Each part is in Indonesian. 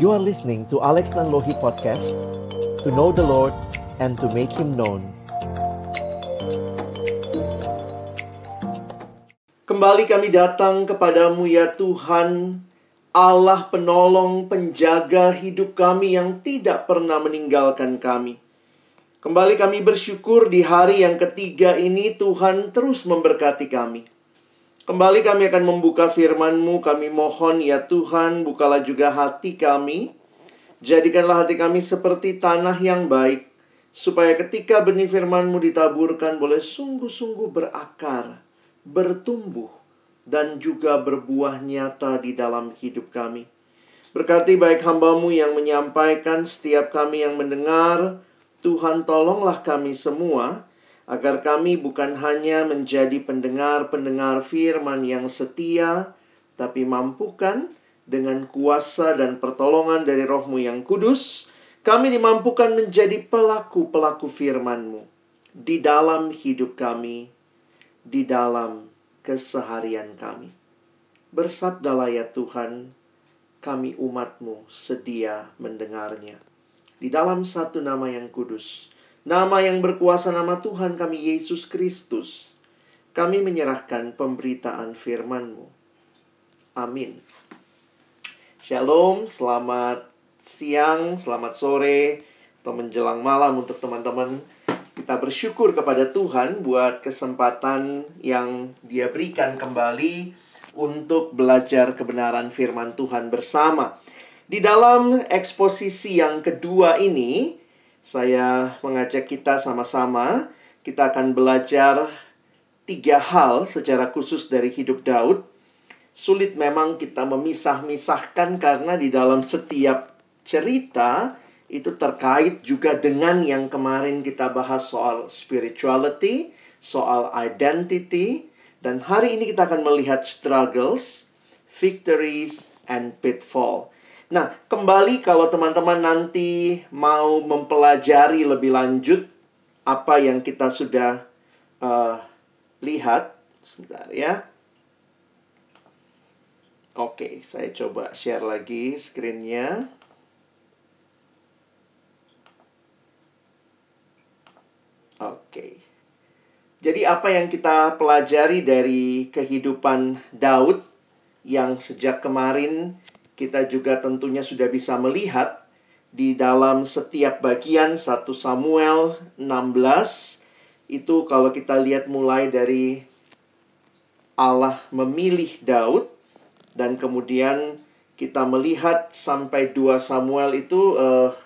You are listening to Alex Nanlohi Podcast, to know the Lord and to make Him known. Kembali kami datang kepadamu ya Tuhan, Allah penolong, penjaga hidup kami yang tidak pernah meninggalkan kami. Kembali kami bersyukur di hari yang ketiga ini Tuhan terus memberkati kami. Kembali kami akan membuka firman-Mu. Kami mohon ya Tuhan, bukalah juga hati kami. Jadikanlah hati kami seperti tanah yang baik, supaya ketika benih firman-Mu ditaburkan boleh sungguh-sungguh berakar, bertumbuh, dan juga berbuah nyata di dalam hidup kami. Berkati baik hamba-Mu yang menyampaikan, setiap kami yang mendengar. Tuhan, tolonglah kami semua, agar kami bukan hanya menjadi pendengar-pendengar firman yang setia, tapi mampukan dengan kuasa dan pertolongan dari Roh-Mu yang kudus, kami dimampukan menjadi pelaku-pelaku firman-Mu di dalam hidup kami, di dalam keseharian kami. Bersabdalah ya Tuhan, kami umat-Mu sedia mendengarnya. Di dalam satu nama yang kudus, nama yang berkuasa, nama Tuhan kami Yesus Kristus, kami menyerahkan pemberitaan firman-Mu. Amin. Shalom, selamat siang, selamat sore, atau menjelang malam untuk teman-teman. Kita bersyukur kepada Tuhan buat kesempatan yang Dia berikan kembali untuk belajar kebenaran firman Tuhan bersama. Di dalam eksposisi yang kedua ini, saya mengajak kita sama-sama, kita akan belajar 3 hal secara khusus dari hidup Daud. Sulit memang kita memisah-misahkan karena di dalam setiap cerita itu terkait juga dengan yang kemarin kita bahas soal spirituality, soal identity, dan hari ini kita akan melihat struggles, victories, and pitfall. Nah, kembali kalau teman-teman nanti mau mempelajari lebih lanjut apa yang kita sudah lihat. Sebentar ya. Oke, saya coba share lagi screen-nya. Oke. Jadi apa yang kita pelajari dari kehidupan Daud yang sejak kemarin kita juga tentunya sudah bisa melihat di dalam setiap bagian 1 Samuel 16. Itu kalau kita lihat mulai dari Allah memilih Daud, dan kemudian kita melihat sampai 2 Samuel itu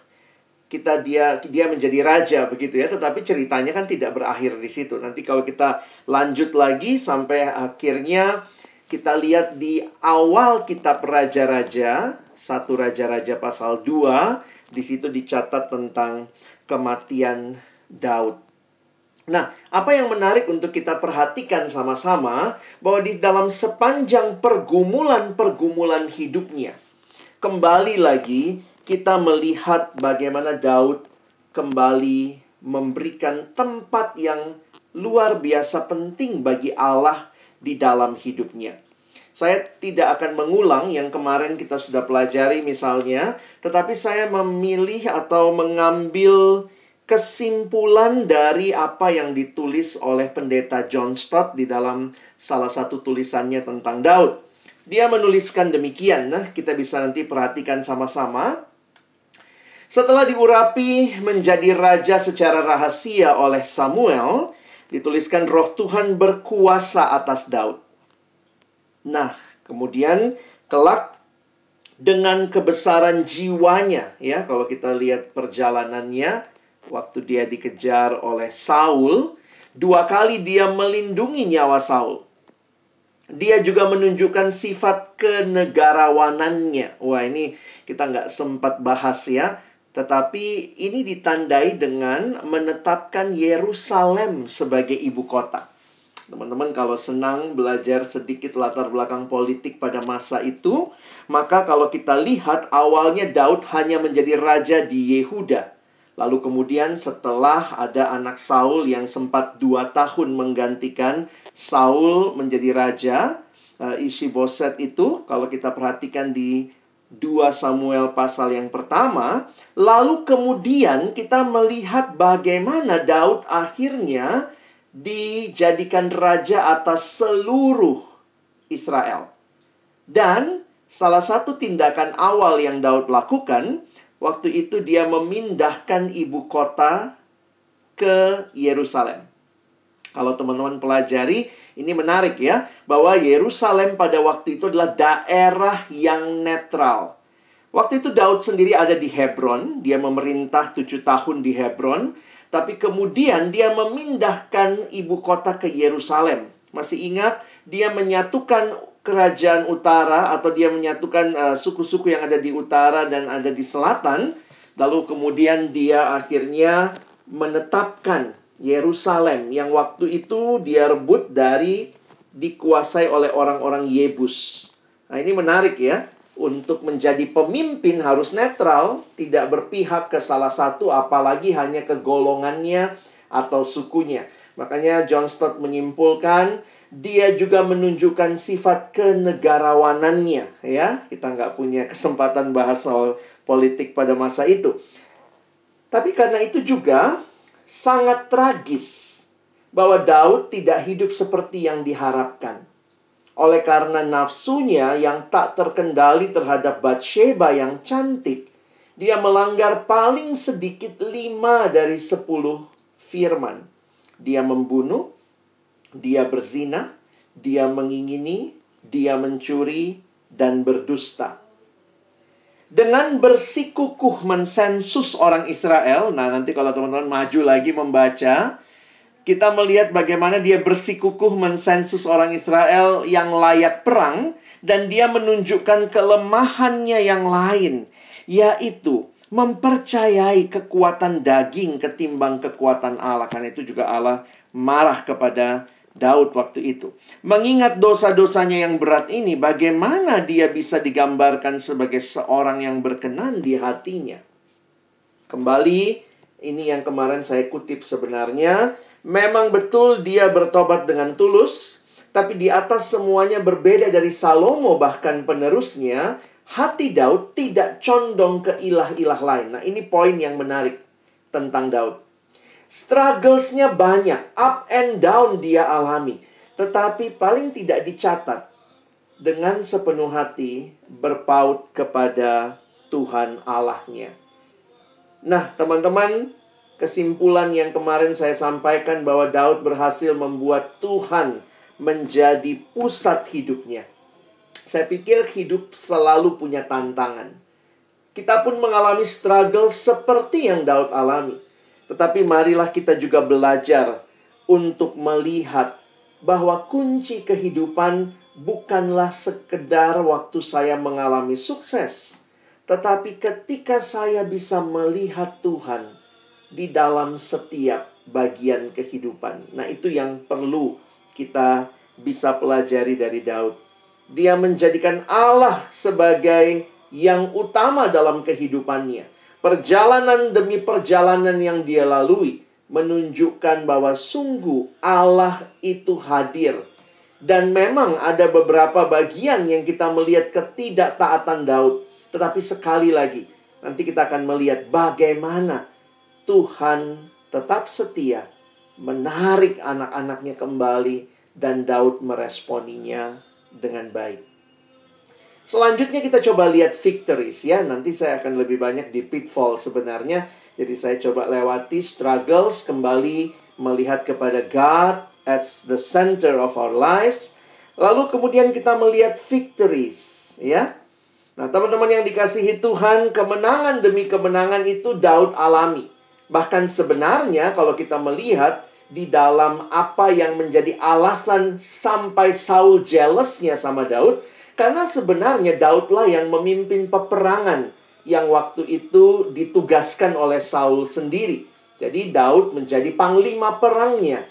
dia menjadi raja begitu ya, tetapi ceritanya kan tidak berakhir di situ. Nanti kalau kita lanjut lagi sampai akhirnya kita lihat di awal kitab Raja-Raja, 1 Raja-Raja pasal 2, di situ dicatat tentang kematian Daud. Nah, apa yang menarik untuk kita perhatikan sama-sama, bahwa di dalam sepanjang pergumulan-pergumulan hidupnya, kembali lagi kita melihat bagaimana Daud kembali memberikan tempat yang luar biasa penting bagi Allah di dalam hidupnya. Saya tidak akan mengulang yang kemarin kita sudah pelajari misalnya, tetapi saya memilih atau mengambil kesimpulan dari apa yang ditulis oleh pendeta John Stott di dalam salah satu tulisannya tentang Daud. Dia menuliskan demikian. Nah, kita bisa nanti perhatikan sama-sama. Setelah diurapi menjadi raja secara rahasia oleh Samuel, dituliskan Roh Tuhan berkuasa atas Daud. Nah, kemudian kelak dengan kebesaran jiwanya, ya, kalau kita lihat perjalanannya, waktu dia dikejar oleh Saul, 2 kali dia melindungi nyawa Saul. Dia juga menunjukkan sifat kenegarawanannya. Wah, ini kita nggak sempat bahas ya. Tetapi ini ditandai dengan menetapkan Yerusalem sebagai ibu kota. Teman-teman kalau senang belajar sedikit latar belakang politik pada masa itu, maka kalau kita lihat awalnya Daud hanya menjadi raja di Yehuda. Lalu kemudian setelah ada anak Saul yang sempat 2 tahun menggantikan Saul menjadi raja, Ishiboset itu kalau kita perhatikan di 2 Samuel pasal yang pertama. Lalu kemudian kita melihat bagaimana Daud akhirnya dijadikan raja atas seluruh Israel. Dan salah satu tindakan awal yang Daud lakukan, waktu itu dia memindahkan ibu kota ke Yerusalem. Kalau teman-teman pelajari, ini menarik ya, bahwa Yerusalem pada waktu itu adalah daerah yang netral. Waktu itu Daud sendiri ada di Hebron, dia memerintah 7 tahun di Hebron, tapi kemudian dia memindahkan ibu kota ke Yerusalem. Masih ingat, dia menyatukan kerajaan utara, atau dia menyatukan suku-suku yang ada di utara dan ada di selatan. Lalu kemudian dia akhirnya menetapkan Yerusalem yang waktu itu dia rebut dikuasai oleh orang-orang Yebus. Nah, ini menarik ya. Untuk menjadi pemimpin harus netral, tidak berpihak ke salah satu, apalagi hanya ke golongannya atau sukunya. Makanya John Stott menyimpulkan, dia juga menunjukkan sifat kenegarawanannya. Ya, kita nggak punya kesempatan bahas soal politik pada masa itu. Tapi karena itu juga sangat tragis bahwa Daud tidak hidup seperti yang diharapkan. Oleh karena nafsunya yang tak terkendali terhadap Batsheba yang cantik, dia melanggar paling sedikit 5 dari 10 firman. Dia membunuh, dia berzina, dia mengingini, dia mencuri, dan berdusta. Dengan bersikukuh mensensus orang Israel, nah nanti kalau teman-teman maju lagi membaca, kita melihat bagaimana dia bersikukuh mensensus orang Israel yang layak perang, dan dia menunjukkan kelemahannya yang lain, yaitu mempercayai kekuatan daging ketimbang kekuatan Allah. Karena itu juga Allah marah kepada Daud waktu itu. Mengingat dosa-dosanya yang berat ini, bagaimana dia bisa digambarkan sebagai seorang yang berkenan di hatinya? Kembali, ini yang kemarin saya kutip sebenarnya. Memang betul dia bertobat dengan tulus, tapi di atas semuanya berbeda dari Salomo bahkan penerusnya, hati Daud tidak condong ke ilah-ilah lain. Nah, ini poin yang menarik tentang Daud. Strugglesnya banyak, up and down dia alami, tetapi paling tidak dicatat dengan sepenuh hati berpaut kepada Tuhan Allahnya. Nah, teman-teman, kesimpulan yang kemarin saya sampaikan bahwa Daud berhasil membuat Tuhan menjadi pusat hidupnya. Saya pikir hidup selalu punya tantangan. Kita pun mengalami struggle seperti yang Daud alami. Tetapi marilah kita juga belajar untuk melihat bahwa kunci kehidupan bukanlah sekedar waktu saya mengalami sukses, tetapi ketika saya bisa melihat Tuhan di dalam setiap bagian kehidupan. Nah, itu yang perlu kita bisa pelajari dari Daud. Dia menjadikan Allah sebagai yang utama dalam kehidupannya. Perjalanan demi perjalanan yang dia lalui menunjukkan bahwa sungguh Allah itu hadir. Dan memang ada beberapa bagian yang kita melihat ketidaktaatan Daud. Tetapi sekali lagi, nanti kita akan melihat bagaimana Tuhan tetap setia, menarik anak-anaknya kembali, dan Daud meresponinya dengan baik. Selanjutnya kita coba lihat victories ya. Nanti saya akan lebih banyak di pitfall sebenarnya. Jadi saya coba lewati struggles, kembali melihat kepada God as the center of our lives. Lalu kemudian kita melihat victories ya. Nah, teman-teman yang dikasihi Tuhan, kemenangan demi kemenangan itu Daud alami. Bahkan sebenarnya kalau kita melihat di dalam apa yang menjadi alasan sampai Saul jealousnya sama Daud, karena sebenarnya Daudlah yang memimpin peperangan yang waktu itu ditugaskan oleh Saul sendiri. Jadi Daud menjadi panglima perangnya.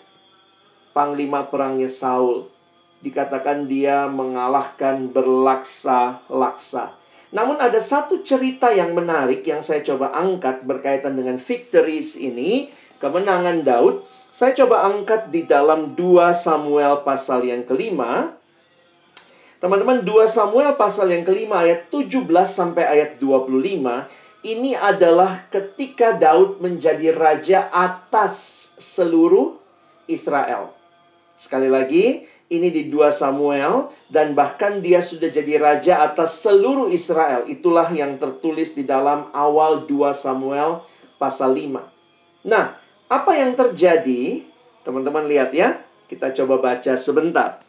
Panglima perangnya Saul. Dikatakan dia mengalahkan berlaksa-laksa. Namun ada satu cerita yang menarik yang saya coba angkat berkaitan dengan victories ini, kemenangan Daud. Saya coba angkat di dalam 2 Samuel pasal yang kelima. Teman-teman, 2 Samuel pasal yang kelima ayat 17 sampai ayat 25, ini adalah ketika Daud menjadi raja atas seluruh Israel. Sekali lagi, ini di 2 Samuel, dan bahkan dia sudah jadi raja atas seluruh Israel. Itulah yang tertulis di dalam awal 2 Samuel pasal 5. Nah, apa yang terjadi? Teman-teman lihat ya, kita coba baca sebentar.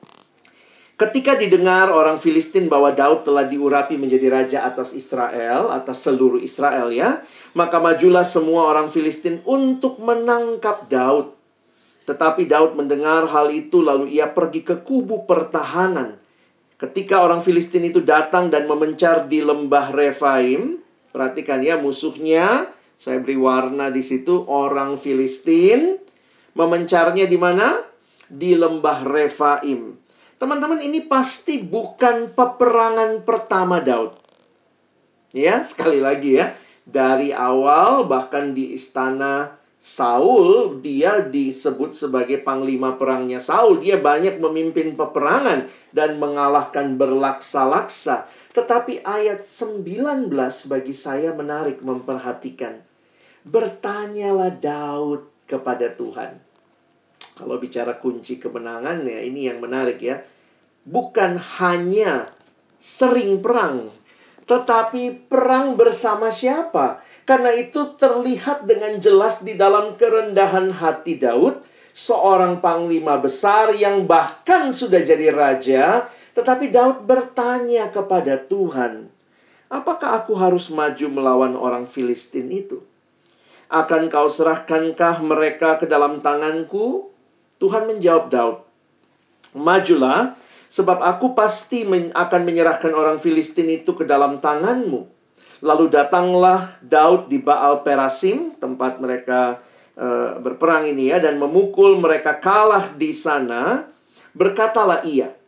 Ketika didengar orang Filistin bahwa Daud telah diurapi menjadi raja atas Israel, atas seluruh Israel ya, maka majulah semua orang Filistin untuk menangkap Daud. Tetapi Daud mendengar hal itu, lalu ia pergi ke kubu pertahanan. Ketika orang Filistin itu datang dan memencar di lembah Refaim, perhatikan ya, musuhnya, saya beri warna di situ, orang Filistin memencarnya di mana? Di lembah Refaim. Teman-teman, ini pasti bukan peperangan pertama Daud. Ya, sekali lagi ya. Dari awal, bahkan di istana Saul, dia disebut sebagai panglima perangnya Saul. Dia banyak memimpin peperangan dan mengalahkan berlaksa-laksa. Tetapi ayat 19 bagi saya menarik memperhatikan. Bertanyalah Daud kepada Tuhan. Kalau bicara kunci kemenangan ya, ini yang menarik ya. Bukan hanya sering perang, tetapi perang bersama siapa? Karena itu terlihat dengan jelas di dalam kerendahan hati Daud, seorang panglima besar yang bahkan sudah jadi raja, tetapi Daud bertanya kepada Tuhan, apakah aku harus maju melawan orang Filistin itu? Akan kau serahkankah mereka ke dalam tanganku? Tuhan menjawab Daud, majulah, sebab aku pasti akan menyerahkan orang Filistin itu ke dalam tanganmu. Lalu datanglah Daud di Baal Perasim, tempat mereka berperang ini ya, dan memukul mereka kalah di sana. Berkatalah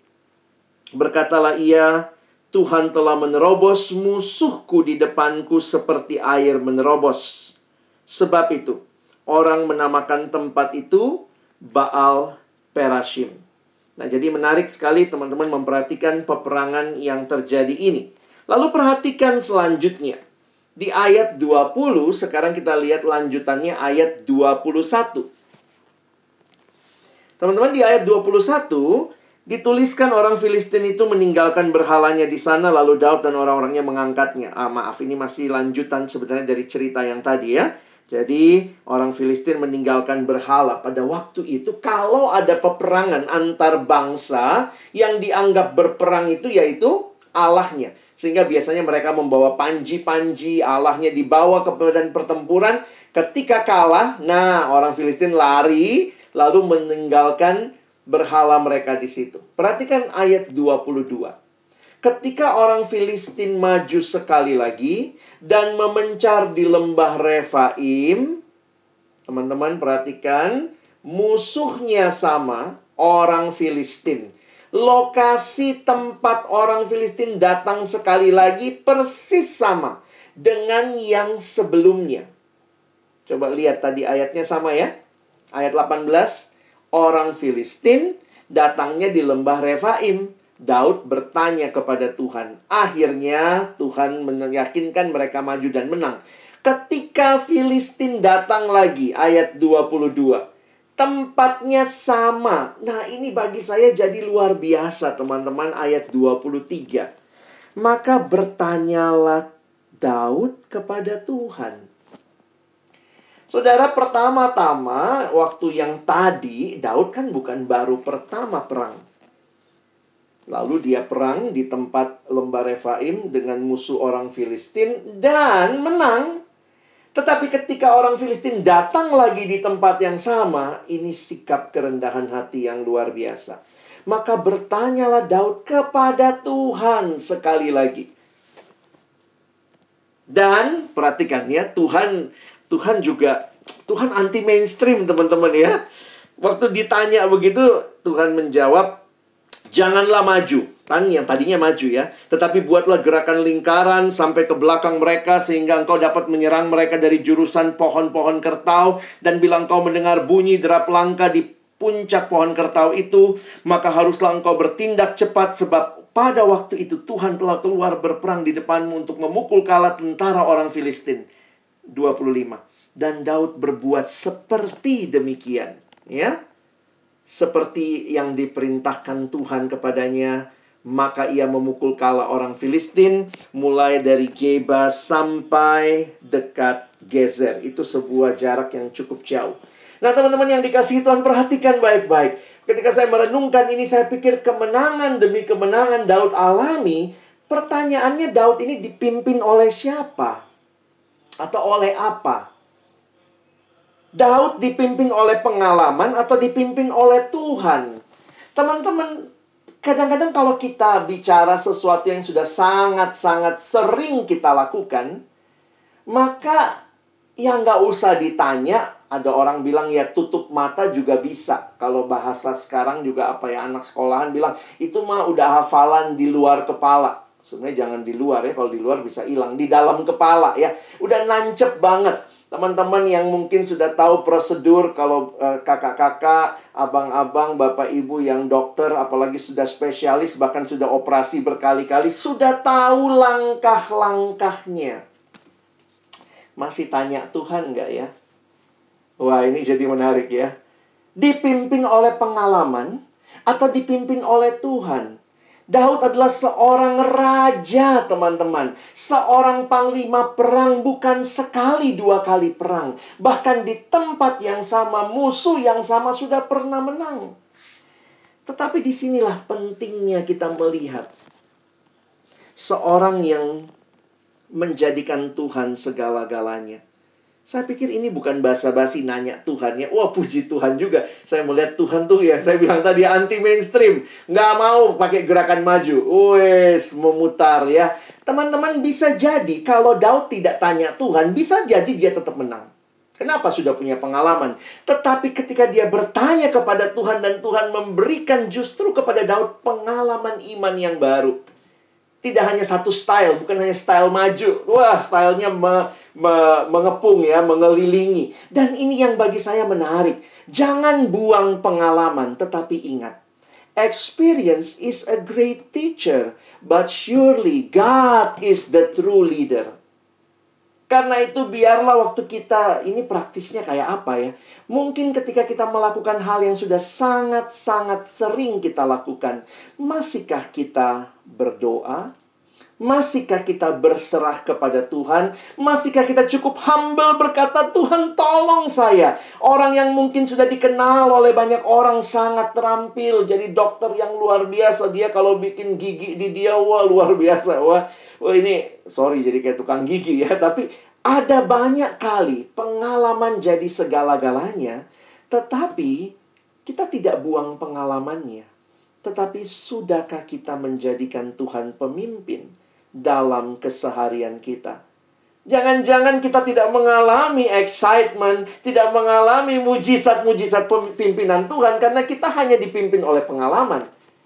ia, Tuhan telah menerobos musuhku di depanku seperti air menerobos. Sebab itu, orang menamakan tempat itu Baal Perasim. Nah, jadi menarik sekali teman-teman memperhatikan peperangan yang terjadi ini. Lalu perhatikan selanjutnya. Di ayat 20, sekarang kita lihat lanjutannya ayat 21. Teman-teman, di ayat 21, dituliskan orang Filistin itu meninggalkan berhalanya di sana, lalu Daud dan orang-orangnya mengangkatnya. Maaf, ini masih lanjutan sebenarnya dari cerita yang tadi ya. Jadi, orang Filistin meninggalkan berhala. Pada waktu itu, kalau ada peperangan antar bangsa, yang dianggap berperang itu yaitu Allahnya. Sehingga biasanya mereka membawa panji-panji, Allahnya dibawa ke medan pertempuran. Ketika kalah, nah orang Filistin lari, lalu meninggalkan berhala mereka di situ. Perhatikan ayat 22. Ketika orang Filistin maju sekali lagi dan memencar di lembah Refaim, teman-teman perhatikan, musuhnya sama, orang Filistin. Lokasi tempat orang Filistin datang sekali lagi persis sama dengan yang sebelumnya. Coba lihat tadi ayatnya sama ya. Ayat 18, orang Filistin datangnya di lembah Refaim. Daud bertanya kepada Tuhan. Akhirnya Tuhan meyakinkan mereka maju dan menang. Ketika Filistin datang lagi, ayat 22. Tempatnya sama. Nah, ini bagi saya jadi luar biasa, teman-teman, ayat 23. Maka bertanyalah Daud kepada Tuhan. Saudara, pertama-tama waktu yang tadi, Daud kan bukan baru pertama perang. Lalu dia perang di tempat lembah Refaim dengan musuh orang Filistin dan menang. Tetapi ketika orang Filistin datang lagi di tempat yang sama, ini sikap kerendahan hati yang luar biasa. Maka bertanyalah Daud kepada Tuhan sekali lagi. Dan perhatikan ya, Tuhan anti mainstream, teman-teman ya. Waktu ditanya begitu, Tuhan menjawab, janganlah maju. Kan yang tadinya maju ya. Tetapi buatlah gerakan lingkaran sampai ke belakang mereka, sehingga engkau dapat menyerang mereka dari jurusan pohon-pohon kertau. Dan bila engkau mendengar bunyi derap langkah di puncak pohon kertau itu, maka haruslah engkau bertindak cepat, sebab pada waktu itu Tuhan telah keluar berperang di depanmu untuk memukul kala tentara orang Filistin. 25. Dan Daud berbuat seperti demikian, ya. Seperti yang diperintahkan Tuhan kepadanya, maka ia memukul kala orang Filistin mulai dari Geba sampai dekat Gezer. Itu sebuah jarak yang cukup jauh. Nah, teman-teman yang dikasihi Tuhan, perhatikan baik-baik. Ketika saya merenungkan ini, saya pikir kemenangan demi kemenangan Daud alami. Pertanyaannya, Daud ini dipimpin oleh siapa? Atau oleh apa? Daud dipimpin oleh pengalaman atau dipimpin oleh Tuhan? Teman-teman, kadang-kadang kalau kita bicara sesuatu yang sudah sangat-sangat sering kita lakukan, maka ya nggak usah ditanya. Ada orang bilang ya tutup mata juga bisa. Kalau bahasa sekarang juga apa ya, anak sekolahan bilang, itu mah udah hafalan di luar kepala. Sebenarnya jangan di luar ya, kalau di luar bisa hilang. Di dalam kepala ya, udah nancep banget. Teman-teman yang mungkin sudah tahu prosedur, kalau kakak-kakak, abang-abang, bapak ibu yang dokter, apalagi sudah spesialis, bahkan sudah operasi berkali-kali, sudah tahu langkah-langkahnya. Masih tanya Tuhan nggak ya? Wah, ini jadi menarik ya. Dipimpin oleh pengalaman atau dipimpin oleh Tuhan? Daud adalah seorang raja, teman-teman. Seorang panglima perang, bukan sekali dua kali perang. Bahkan di tempat yang sama, musuh yang sama sudah pernah menang. Tetapi disinilah pentingnya kita melihat seorang yang menjadikan Tuhan segala-galanya. Saya pikir ini bukan basa-basi nanya Tuhan ya. Wah, puji Tuhan juga. Saya melihat Tuhan tuh ya, saya bilang tadi anti mainstream. Nggak mau pakai gerakan maju. Wes, memutar ya. Teman-teman, bisa jadi kalau Daud tidak tanya Tuhan, bisa jadi dia tetap menang. Kenapa? Sudah punya pengalaman. Tetapi ketika dia bertanya kepada Tuhan dan Tuhan memberikan justru kepada Daud pengalaman iman yang baru. Tidak hanya satu style, bukan hanya style maju. Wah, stylenya mengepung ya, mengelilingi. Dan ini yang bagi saya menarik. Jangan buang pengalaman, tetapi ingat. Experience is a great teacher, but surely God is the true leader. Karena itu biarlah waktu kita, ini praktisnya kayak apa ya? Mungkin ketika kita melakukan hal yang sudah sangat-sangat sering kita lakukan, masihkah kita berdoa? Masihkah kita berserah kepada Tuhan? Masihkah kita cukup humble berkata, Tuhan tolong saya. Orang yang mungkin sudah dikenal oleh banyak orang sangat terampil. Jadi dokter yang luar biasa. Dia kalau bikin gigi di dia, wah luar biasa. Wah ini, sorry jadi kayak tukang gigi ya. Tapi ada banyak kali pengalaman jadi segala-galanya. Tetapi kita tidak buang pengalamannya. Tetapi sudahkah kita menjadikan Tuhan pemimpin dalam keseharian kita? Jangan-jangan kita tidak mengalami excitement, tidak mengalami mujizat-mujizat pimpinan Tuhan karena kita hanya dipimpin oleh pengalaman.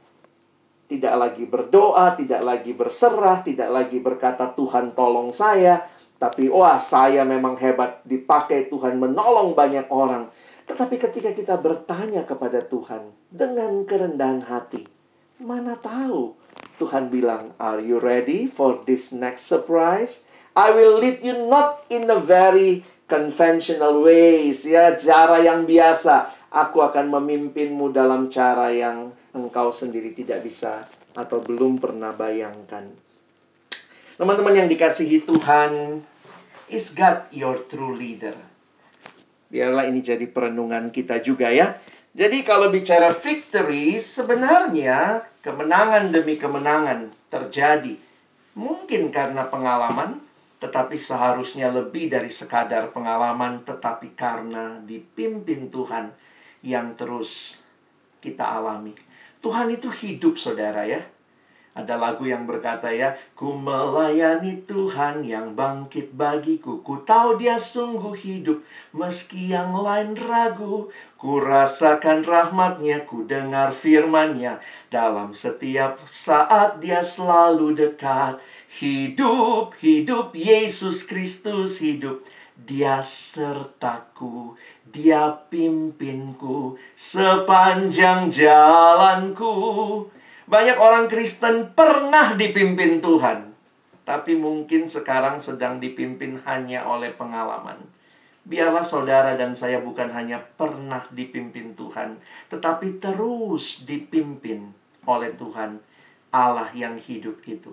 Tidak lagi berdoa, tidak lagi berserah, tidak lagi berkata Tuhan tolong saya. Tapi wah, saya memang hebat, dipakai Tuhan menolong banyak orang. Tetapi ketika kita bertanya kepada Tuhan dengan kerendahan hati, mana tahu Tuhan bilang, are you ready for this next surprise? I will lead you not in a very conventional ways. Ya, cara yang biasa. Aku akan memimpinmu dalam cara yang engkau sendiri tidak bisa atau belum pernah bayangkan. Teman-teman yang dikasihi Tuhan, is God your true leader? Biarlah ini jadi perenungan kita juga ya. Jadi kalau bicara victory, sebenarnya kemenangan demi kemenangan terjadi. Mungkin karena pengalaman, tetapi seharusnya lebih dari sekadar pengalaman, tetapi karena dipimpin Tuhan yang terus kita alami. Tuhan itu hidup, saudara ya. Ada lagu yang berkata ya, ku melayani Tuhan yang bangkit bagiku. Ku tahu dia sungguh hidup, meski yang lain ragu. Ku rasakan rahmatnya, ku dengar firman-Nya. Dalam setiap saat dia selalu dekat. Hidup, hidup, Yesus Kristus hidup. Dia sertaku, Dia pimpinku sepanjang jalanku. Banyak orang Kristen pernah dipimpin Tuhan, tapi mungkin sekarang sedang dipimpin hanya oleh pengalaman. Biarlah saudara dan saya bukan hanya pernah dipimpin Tuhan, tetapi terus dipimpin oleh Tuhan, Allah yang hidup itu.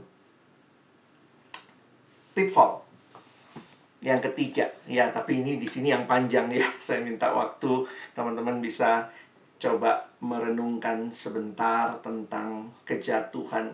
Pitfall yang ketiga, ya, tapi ini di sini yang panjang ya. Saya minta waktu teman-teman bisa coba merenungkan sebentar tentang kejatuhan.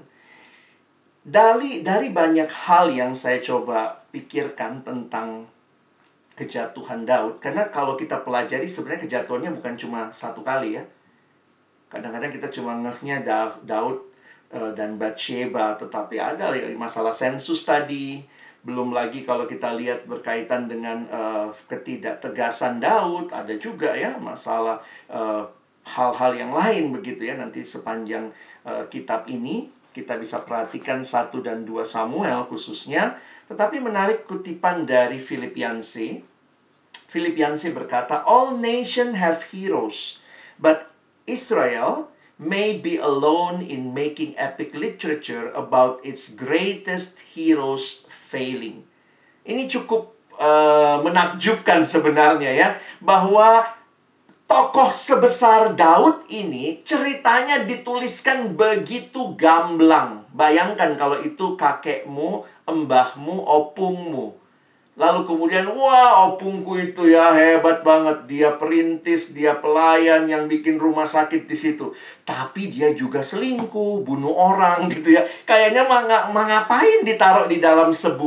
Dari banyak hal yang saya coba pikirkan tentang kejatuhan Daud, karena kalau kita pelajari sebenarnya kejatuhannya bukan cuma satu kali ya. Kadang-kadang kita cuma ngehnya Daud dan Batsheba, tetapi ada masalah sensus tadi. Belum lagi kalau kita lihat berkaitan dengan ketidaktegasan Daud, ada juga ya masalah hal-hal yang lain begitu ya. Nanti sepanjang kitab ini kita bisa perhatikan 1 dan 2 Samuel khususnya. Tetapi menarik kutipan dari Philip Yancey. Philip Yancey berkata, "All nations have heroes, but Israel may be alone in making epic literature about its greatest heroes failing." Ini cukup menakjubkan sebenarnya ya, bahwa tokoh sebesar Daud ini ceritanya dituliskan begitu gamblang. Bayangkan kalau itu kakekmu, embahmu, opungmu. Lalu kemudian, wah, opungku itu ya hebat banget. Dia perintis, dia pelayan yang bikin rumah sakit di situ. Tapi dia juga selingkuh, bunuh orang gitu ya. Kayaknya ngapain ditaruh di dalam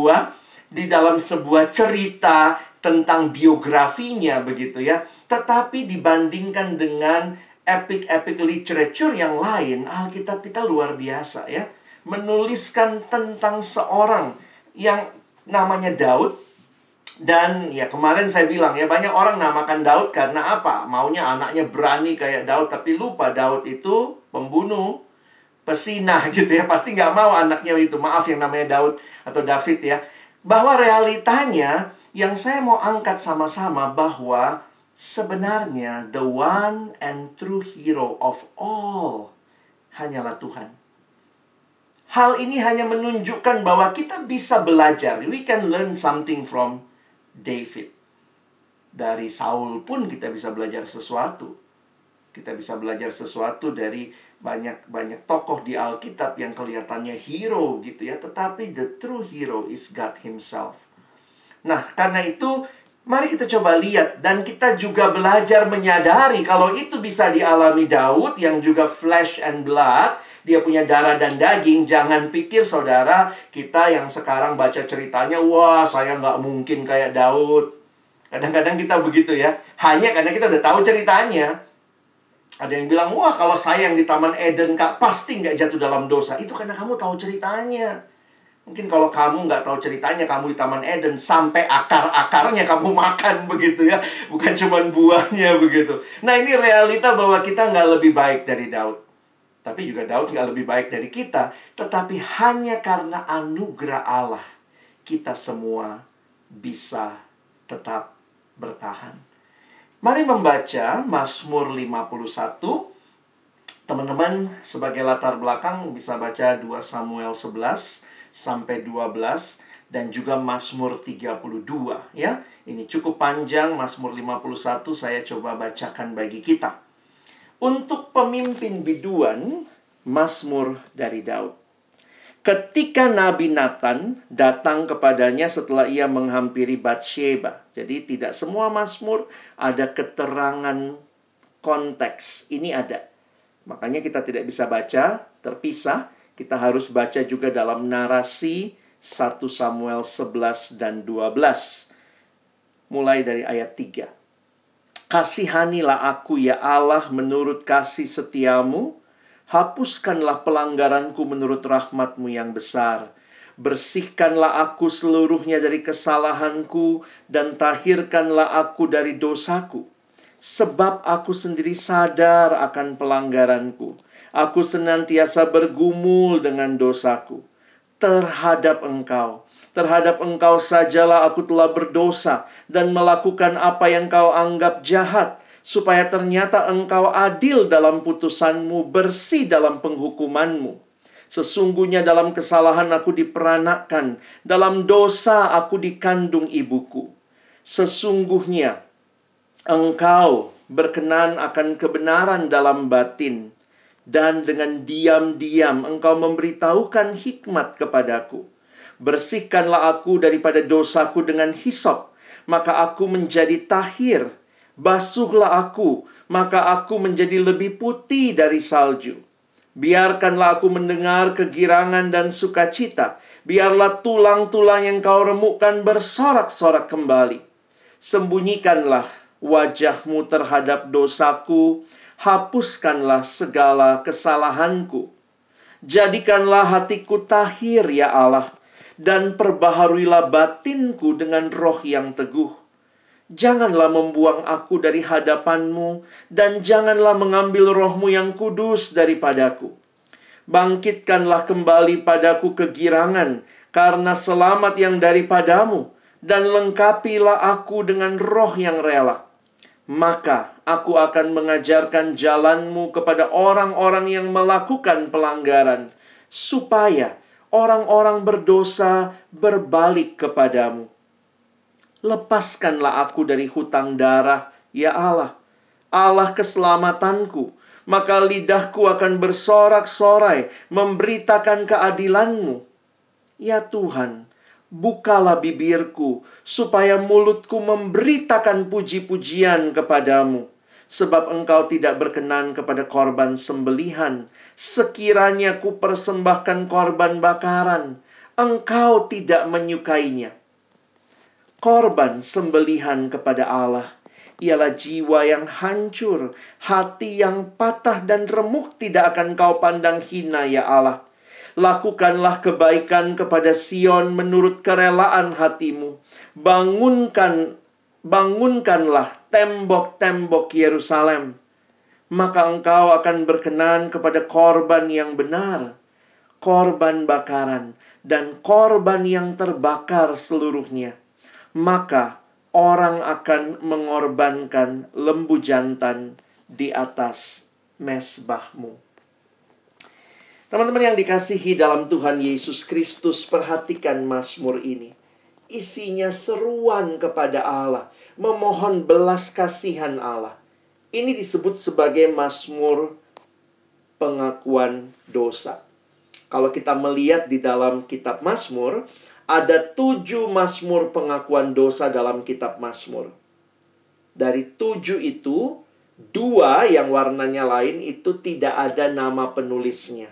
sebuah cerita tentang biografinya begitu ya. Tetapi dibandingkan dengan epic literature yang lain, Alkitab kita luar biasa ya. Menuliskan tentang seorang yang namanya Daud. Dan ya kemarin saya bilang ya, banyak orang namakan Daud karena apa? Maunya anaknya berani kayak Daud, tapi lupa Daud itu pembunuh, pesinah gitu ya. Pasti nggak mau anaknya itu, maaf yang namanya Daud atau David ya. Bahwa realitanya yang saya mau angkat sama-sama bahwa sebenarnya the one and true hero of all hanyalah Tuhan. Hal ini hanya menunjukkan bahwa kita bisa belajar. We can learn something from David. Dari Saul pun kita bisa belajar sesuatu. Kita bisa belajar sesuatu dari banyak tokoh di Alkitab yang kelihatannya hero gitu ya. Tetapi the true hero is God himself. Nah, karena itu mari kita coba lihat. Dan kita juga belajar menyadari kalau itu bisa dialami Daud yang juga flesh and blood. Dia punya darah dan daging. Jangan pikir saudara, kita yang sekarang baca ceritanya, wah saya nggak mungkin kayak Daud. Kadang-kadang kita begitu ya. Hanya karena kita udah tahu ceritanya. Ada yang bilang, wah kalau saya yang di Taman Eden, Kak, pasti nggak jatuh dalam dosa. Itu karena kamu tahu ceritanya. Mungkin kalau kamu nggak tahu ceritanya, kamu di Taman Eden, sampai akar-akarnya kamu makan begitu ya. Bukan cuma buahnya begitu. Nah, ini realita bahwa kita nggak lebih baik dari Daud. Tapi juga Daud nggak lebih baik dari kita. Tetapi hanya karena anugerah Allah, kita semua bisa tetap bertahan. Mari membaca Mazmur 51. Teman-teman sebagai latar belakang bisa baca 2 Samuel 11 sampai 12. Dan juga Mazmur 32 ya. Ini cukup panjang. Mazmur 51 saya coba bacakan bagi kita. Untuk pemimpin biduan, Mazmur dari Daud. Ketika Nabi Nathan datang kepadanya setelah ia menghampiri Batsheba. Jadi tidak semua Mazmur ada keterangan konteks. Ini ada. Makanya kita tidak bisa baca terpisah. Kita harus baca juga dalam narasi 1 Samuel 11 dan 12. Mulai dari ayat 3. Kasihanilah aku ya Allah menurut kasih setiamu. Hapuskanlah pelanggaranku menurut rahmatmu yang besar. Bersihkanlah aku seluruhnya dari kesalahanku dan tahirkanlah aku dari dosaku. Sebab aku sendiri sadar akan pelanggaranku. Aku senantiasa bergumul dengan dosaku terhadap Engkau. Terhadap Engkau sajalah aku telah berdosa dan melakukan apa yang Kau anggap jahat, supaya ternyata Engkau adil dalam putusan-Mu, bersih dalam penghukuman-Mu. Sesungguhnya dalam kesalahan aku diperanakkan, dalam dosa aku dikandung ibuku. Sesungguhnya Engkau berkenan akan kebenaran dalam batin, dan dengan diam-diam Engkau memberitahukan hikmat kepadaku. Bersihkanlah aku daripada dosaku dengan hisop, maka aku menjadi tahir. Basuhlah aku, maka aku menjadi lebih putih dari salju. Biarkanlah aku mendengar kegirangan dan sukacita. Biarlah tulang-tulang yang Kau remukkan bersorak-sorak kembali. Sembunyikanlah wajah-Mu terhadap dosaku. Hapuskanlah segala kesalahanku. Jadikanlah hatiku tahir, ya Allah, dan perbaharuilah batinku dengan roh yang teguh. Janganlah membuang aku dari hadapan-Mu, dan janganlah mengambil roh-Mu yang kudus daripadaku. Bangkitkanlah kembali padaku kegirangan, karena selamat yang daripada-Mu, dan lengkapilah aku dengan roh yang rela. Maka aku akan mengajarkan jalan-Mu kepada orang-orang yang melakukan pelanggaran, supaya orang-orang berdosa berbalik kepadamu. Lepaskanlah aku dari hutang darah, ya Allah, Allah keselamatanku. Maka lidahku akan bersorak-sorai memberitakan keadilan-Mu. Ya Tuhan, bukalah bibirku, supaya mulutku memberitakan puji-pujian kepadamu. Sebab Engkau tidak berkenan kepada korban sembelihan. Sekiranya ku persembahkan korban bakaran, Engkau tidak menyukainya. Korban sembelihan kepada Allah ialah jiwa yang hancur, hati yang patah dan remuk tidak akan Kau pandang hina, ya Allah. Lakukanlah kebaikan kepada Sion menurut kerelaan hati-Mu. Bangunkanlah tembok-tembok Yerusalem. Maka Engkau akan berkenan kepada korban yang benar, korban bakaran, dan korban yang terbakar seluruhnya. Maka orang akan mengorbankan lembu jantan di atas mezbah-Mu. Teman-teman yang dikasihi dalam Tuhan Yesus Kristus, perhatikan Mazmur ini. Isinya seruan kepada Allah, memohon belas kasihan Allah. Ini disebut sebagai Mazmur pengakuan dosa. Kalau kita melihat di dalam kitab Mazmur, ada 7 Mazmur pengakuan dosa dalam kitab Mazmur. Dari 7 itu, 2 yang warnanya lain itu tidak ada nama penulisnya.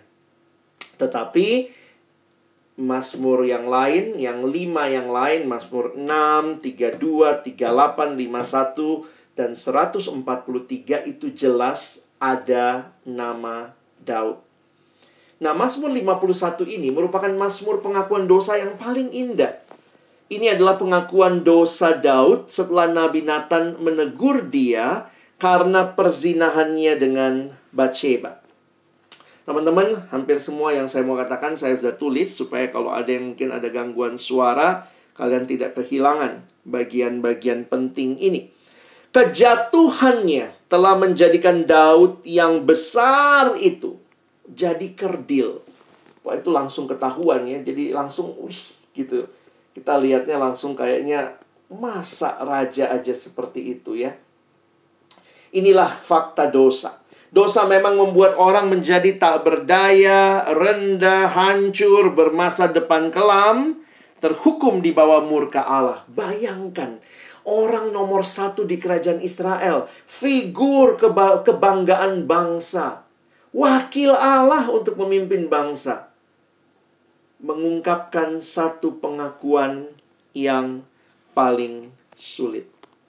Tetapi Mazmur yang lain, yang 5 yang lain, Mazmur 6, 32, 38, 51, dan 143 itu jelas ada nama Daud. Nah, Mazmur 51 ini merupakan Mazmur pengakuan dosa yang paling indah. Ini adalah pengakuan dosa Daud setelah Nabi Nathan menegur dia karena perzinahannya dengan Batsheba. Teman-teman, hampir semua yang saya mau katakan saya sudah tulis supaya kalau ada yang mungkin ada gangguan suara, kalian tidak kehilangan bagian-bagian penting ini. Kejatuhannya telah menjadikan Daud yang besar itu jadi kerdil. Wah, itu langsung ketahuan ya. Jadi langsung, gitu. Kita lihatnya langsung kayaknya, masa raja aja seperti itu ya. Inilah fakta dosa. Dosa memang membuat orang menjadi tak berdaya, rendah, hancur, bermasa depan kelam, terhukum di bawah murka Allah. Bayangkan, orang nomor 1 di kerajaan Israel, figur kebanggaan bangsa, wakil Allah untuk memimpin bangsa, mengungkapkan satu pengakuan yang paling sulit.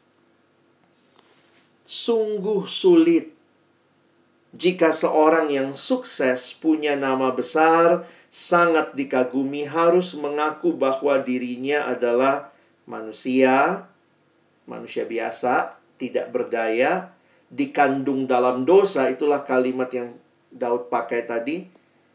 Sungguh sulit jika seorang yang sukses, punya nama besar, sangat dikagumi, harus mengaku bahwa dirinya adalah manusia biasa, tidak berdaya, dikandung dalam dosa. Itulah kalimat yang Daud pakai tadi.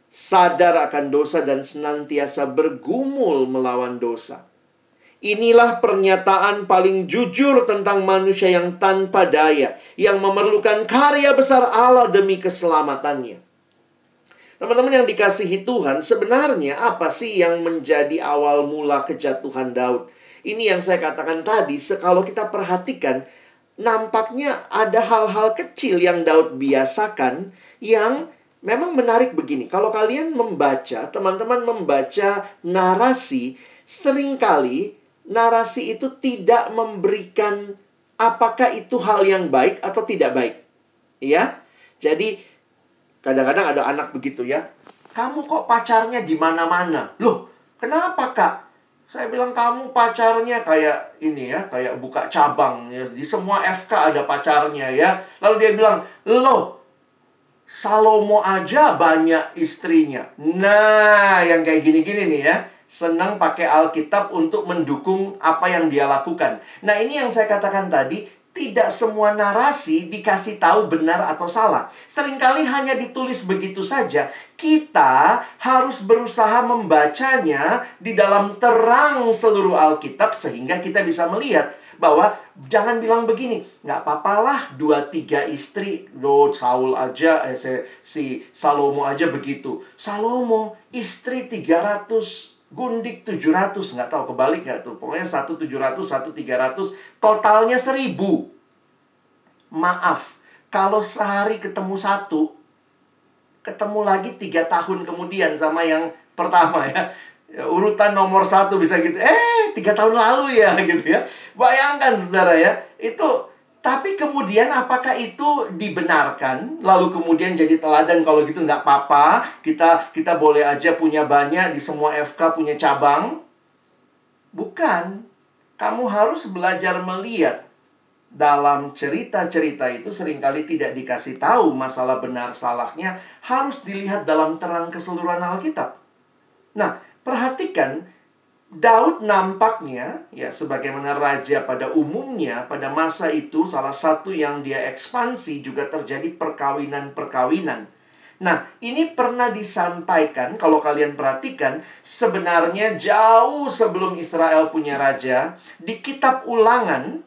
sadar akan dosa dan senantiasa bergumul melawan dosa. Inilah pernyataan paling jujur tentang manusia yang tanpa daya, yang memerlukan karya besar Allah demi keselamatannya. Teman-teman yang dikasihi Tuhan, sebenarnya apa sih yang menjadi awal mula kejatuhan Daud? Ini yang saya katakan tadi, kalau kita perhatikan, nampaknya ada hal-hal kecil yang Daud biasakan yang memang menarik begini. Kalau kalian membaca, teman-teman membaca narasi, seringkali narasi itu tidak memberikan apakah itu hal yang baik atau tidak baik. Ya. Jadi kadang-kadang ada anak begitu ya. Kamu kok pacarnya di mana-mana? Loh, kenapa, Kak? Saya bilang kamu pacarnya kayak ini ya, kayak buka cabang ya. Di semua FK ada pacarnya ya. Lalu dia bilang, "Loh, Salomo aja banyak istrinya." Nah, yang kayak gini-gini nih ya. Senang pakai Alkitab untuk mendukung apa yang dia lakukan. Nah, ini yang saya katakan tadi, tidak semua narasi dikasih tahu benar atau salah. Seringkali hanya ditulis begitu saja. Kita harus berusaha membacanya di dalam terang seluruh Alkitab sehingga kita bisa melihat bahwa jangan bilang begini, nggak apa-apalah 2-3 istri. Loh, Saul aja, si Salomo aja begitu. Salomo, istri 300, gundik 700, nggak tahu kebalik nggak tuh. Pokoknya 1 700, 1 300, totalnya 1000. Maaf, kalau sehari ketemu satu, ketemu lagi 3 tahun kemudian sama yang pertama ya. Urutan nomor 1 bisa gitu. 3 tahun lalu ya gitu ya. Bayangkan saudara ya, itu. Tapi kemudian apakah itu dibenarkan? Lalu kemudian jadi teladan, kalau gitu nggak apa-apa. Kita boleh aja punya banyak, di semua FK punya cabang. Bukan. Kamu harus belajar melihat. Dalam cerita-cerita itu seringkali tidak dikasih tahu masalah benar salahnya. Harus dilihat dalam terang keseluruhan Alkitab. Nah, perhatikan. Daud nampaknya, ya sebagaimana raja pada umumnya, pada masa itu salah satu yang dia ekspansi juga terjadi perkawinan-perkawinan. Nah, ini pernah disampaikan, kalau kalian perhatikan, sebenarnya jauh sebelum Israel punya raja, di kitab Ulangan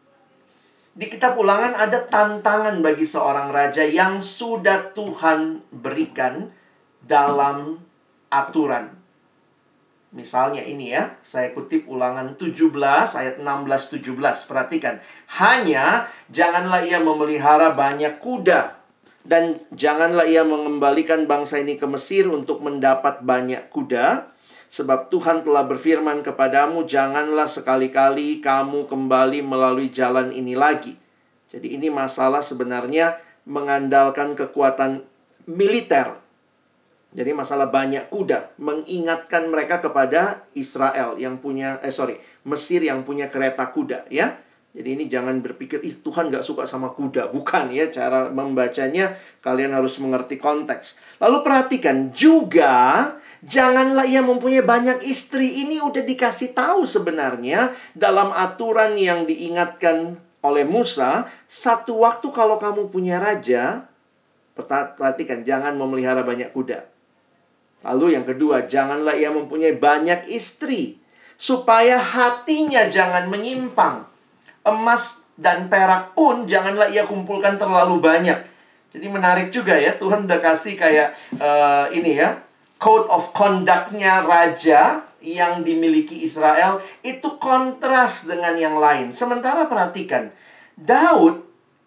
ada tantangan bagi seorang raja yang sudah Tuhan berikan dalam aturan. Misalnya ini ya, saya kutip Ulangan 17 ayat 16-17. Perhatikan, hanya janganlah ia memelihara banyak kuda, dan janganlah ia mengembalikan bangsa ini ke Mesir untuk mendapat banyak kuda, sebab Tuhan telah berfirman kepadamu, janganlah sekali-kali kamu kembali melalui jalan ini lagi. Jadi ini masalah sebenarnya mengandalkan kekuatan militer. Jadi masalah banyak kuda, mengingatkan mereka kepada Israel yang punya, Mesir yang punya kereta kuda ya. Jadi ini jangan berpikir, Tuhan gak suka sama kuda. Bukan ya, cara membacanya kalian harus mengerti konteks. Lalu perhatikan juga, janganlah ia mempunyai banyak istri. Ini udah dikasih tahu sebenarnya dalam aturan yang diingatkan oleh Musa. Satu waktu kalau kamu punya raja, perhatikan, jangan memelihara banyak kuda. Lalu yang kedua, janganlah ia mempunyai banyak istri, supaya hatinya jangan menyimpang. Emas dan perak pun janganlah ia kumpulkan terlalu banyak. Jadi menarik juga ya, Tuhan udah kasih kayak ini ya, code of conduct-nya raja yang dimiliki Israel, itu kontras dengan yang lain. Sementara perhatikan, Daud,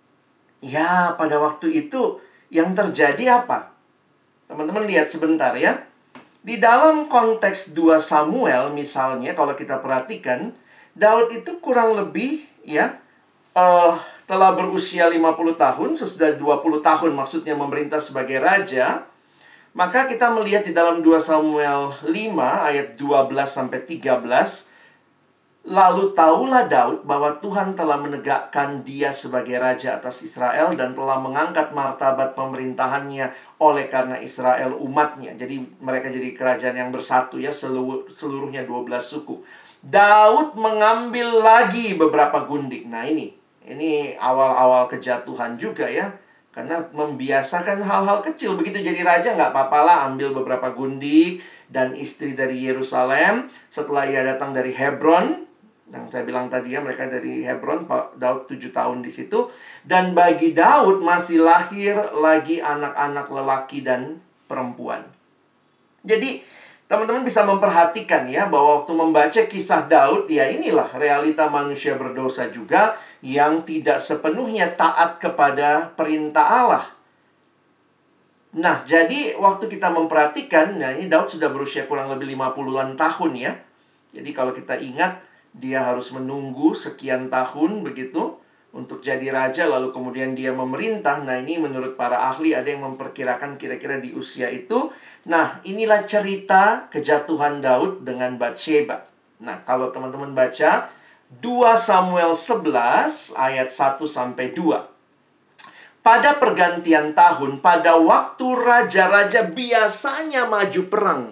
ya pada waktu itu yang terjadi apa? Teman-teman lihat sebentar ya. Di dalam konteks 2 Samuel misalnya, kalau kita perhatikan, Daud itu kurang lebih ya telah berusia 50 tahun, sesudah 20 tahun maksudnya memerintah sebagai raja. Maka kita melihat di dalam 2 Samuel 5 ayat 12-13, lalu tahulah Daud bahwa Tuhan telah menegakkan dia sebagai raja atas Israel dan telah mengangkat martabat pemerintahannya oleh karena Israel umatnya. Jadi mereka jadi kerajaan yang bersatu ya, seluruhnya 12 suku. Daud mengambil lagi beberapa gundik. Nah ini awal-awal kejatuhan juga ya. Karena membiasakan hal-hal kecil. Begitu jadi raja nggak apa-apalah ambil beberapa gundik dan istri dari Yerusalem. Setelah ia datang dari Hebron, yang saya bilang tadi ya, mereka dari Hebron, Pak Daud 7 tahun di situ. Dan bagi Daud masih lahir lagi anak-anak lelaki dan perempuan. Jadi teman-teman bisa memperhatikan ya, bahwa waktu membaca kisah Daud, ya inilah realita manusia berdosa juga, yang tidak sepenuhnya taat kepada perintah Allah. Nah, jadi waktu kita memperhatikan, nah ini Daud sudah berusia kurang lebih 50-an tahun ya. Jadi kalau kita ingat, dia harus menunggu sekian tahun begitu untuk jadi raja, lalu kemudian dia memerintah. Nah, ini menurut para ahli ada yang memperkirakan kira-kira di usia itu. Nah, inilah cerita kejatuhan Daud dengan Batsheba. Nah, kalau teman-teman baca 2 Samuel 11 ayat 1-2. Pada pergantian tahun, pada waktu raja-raja biasanya maju perang.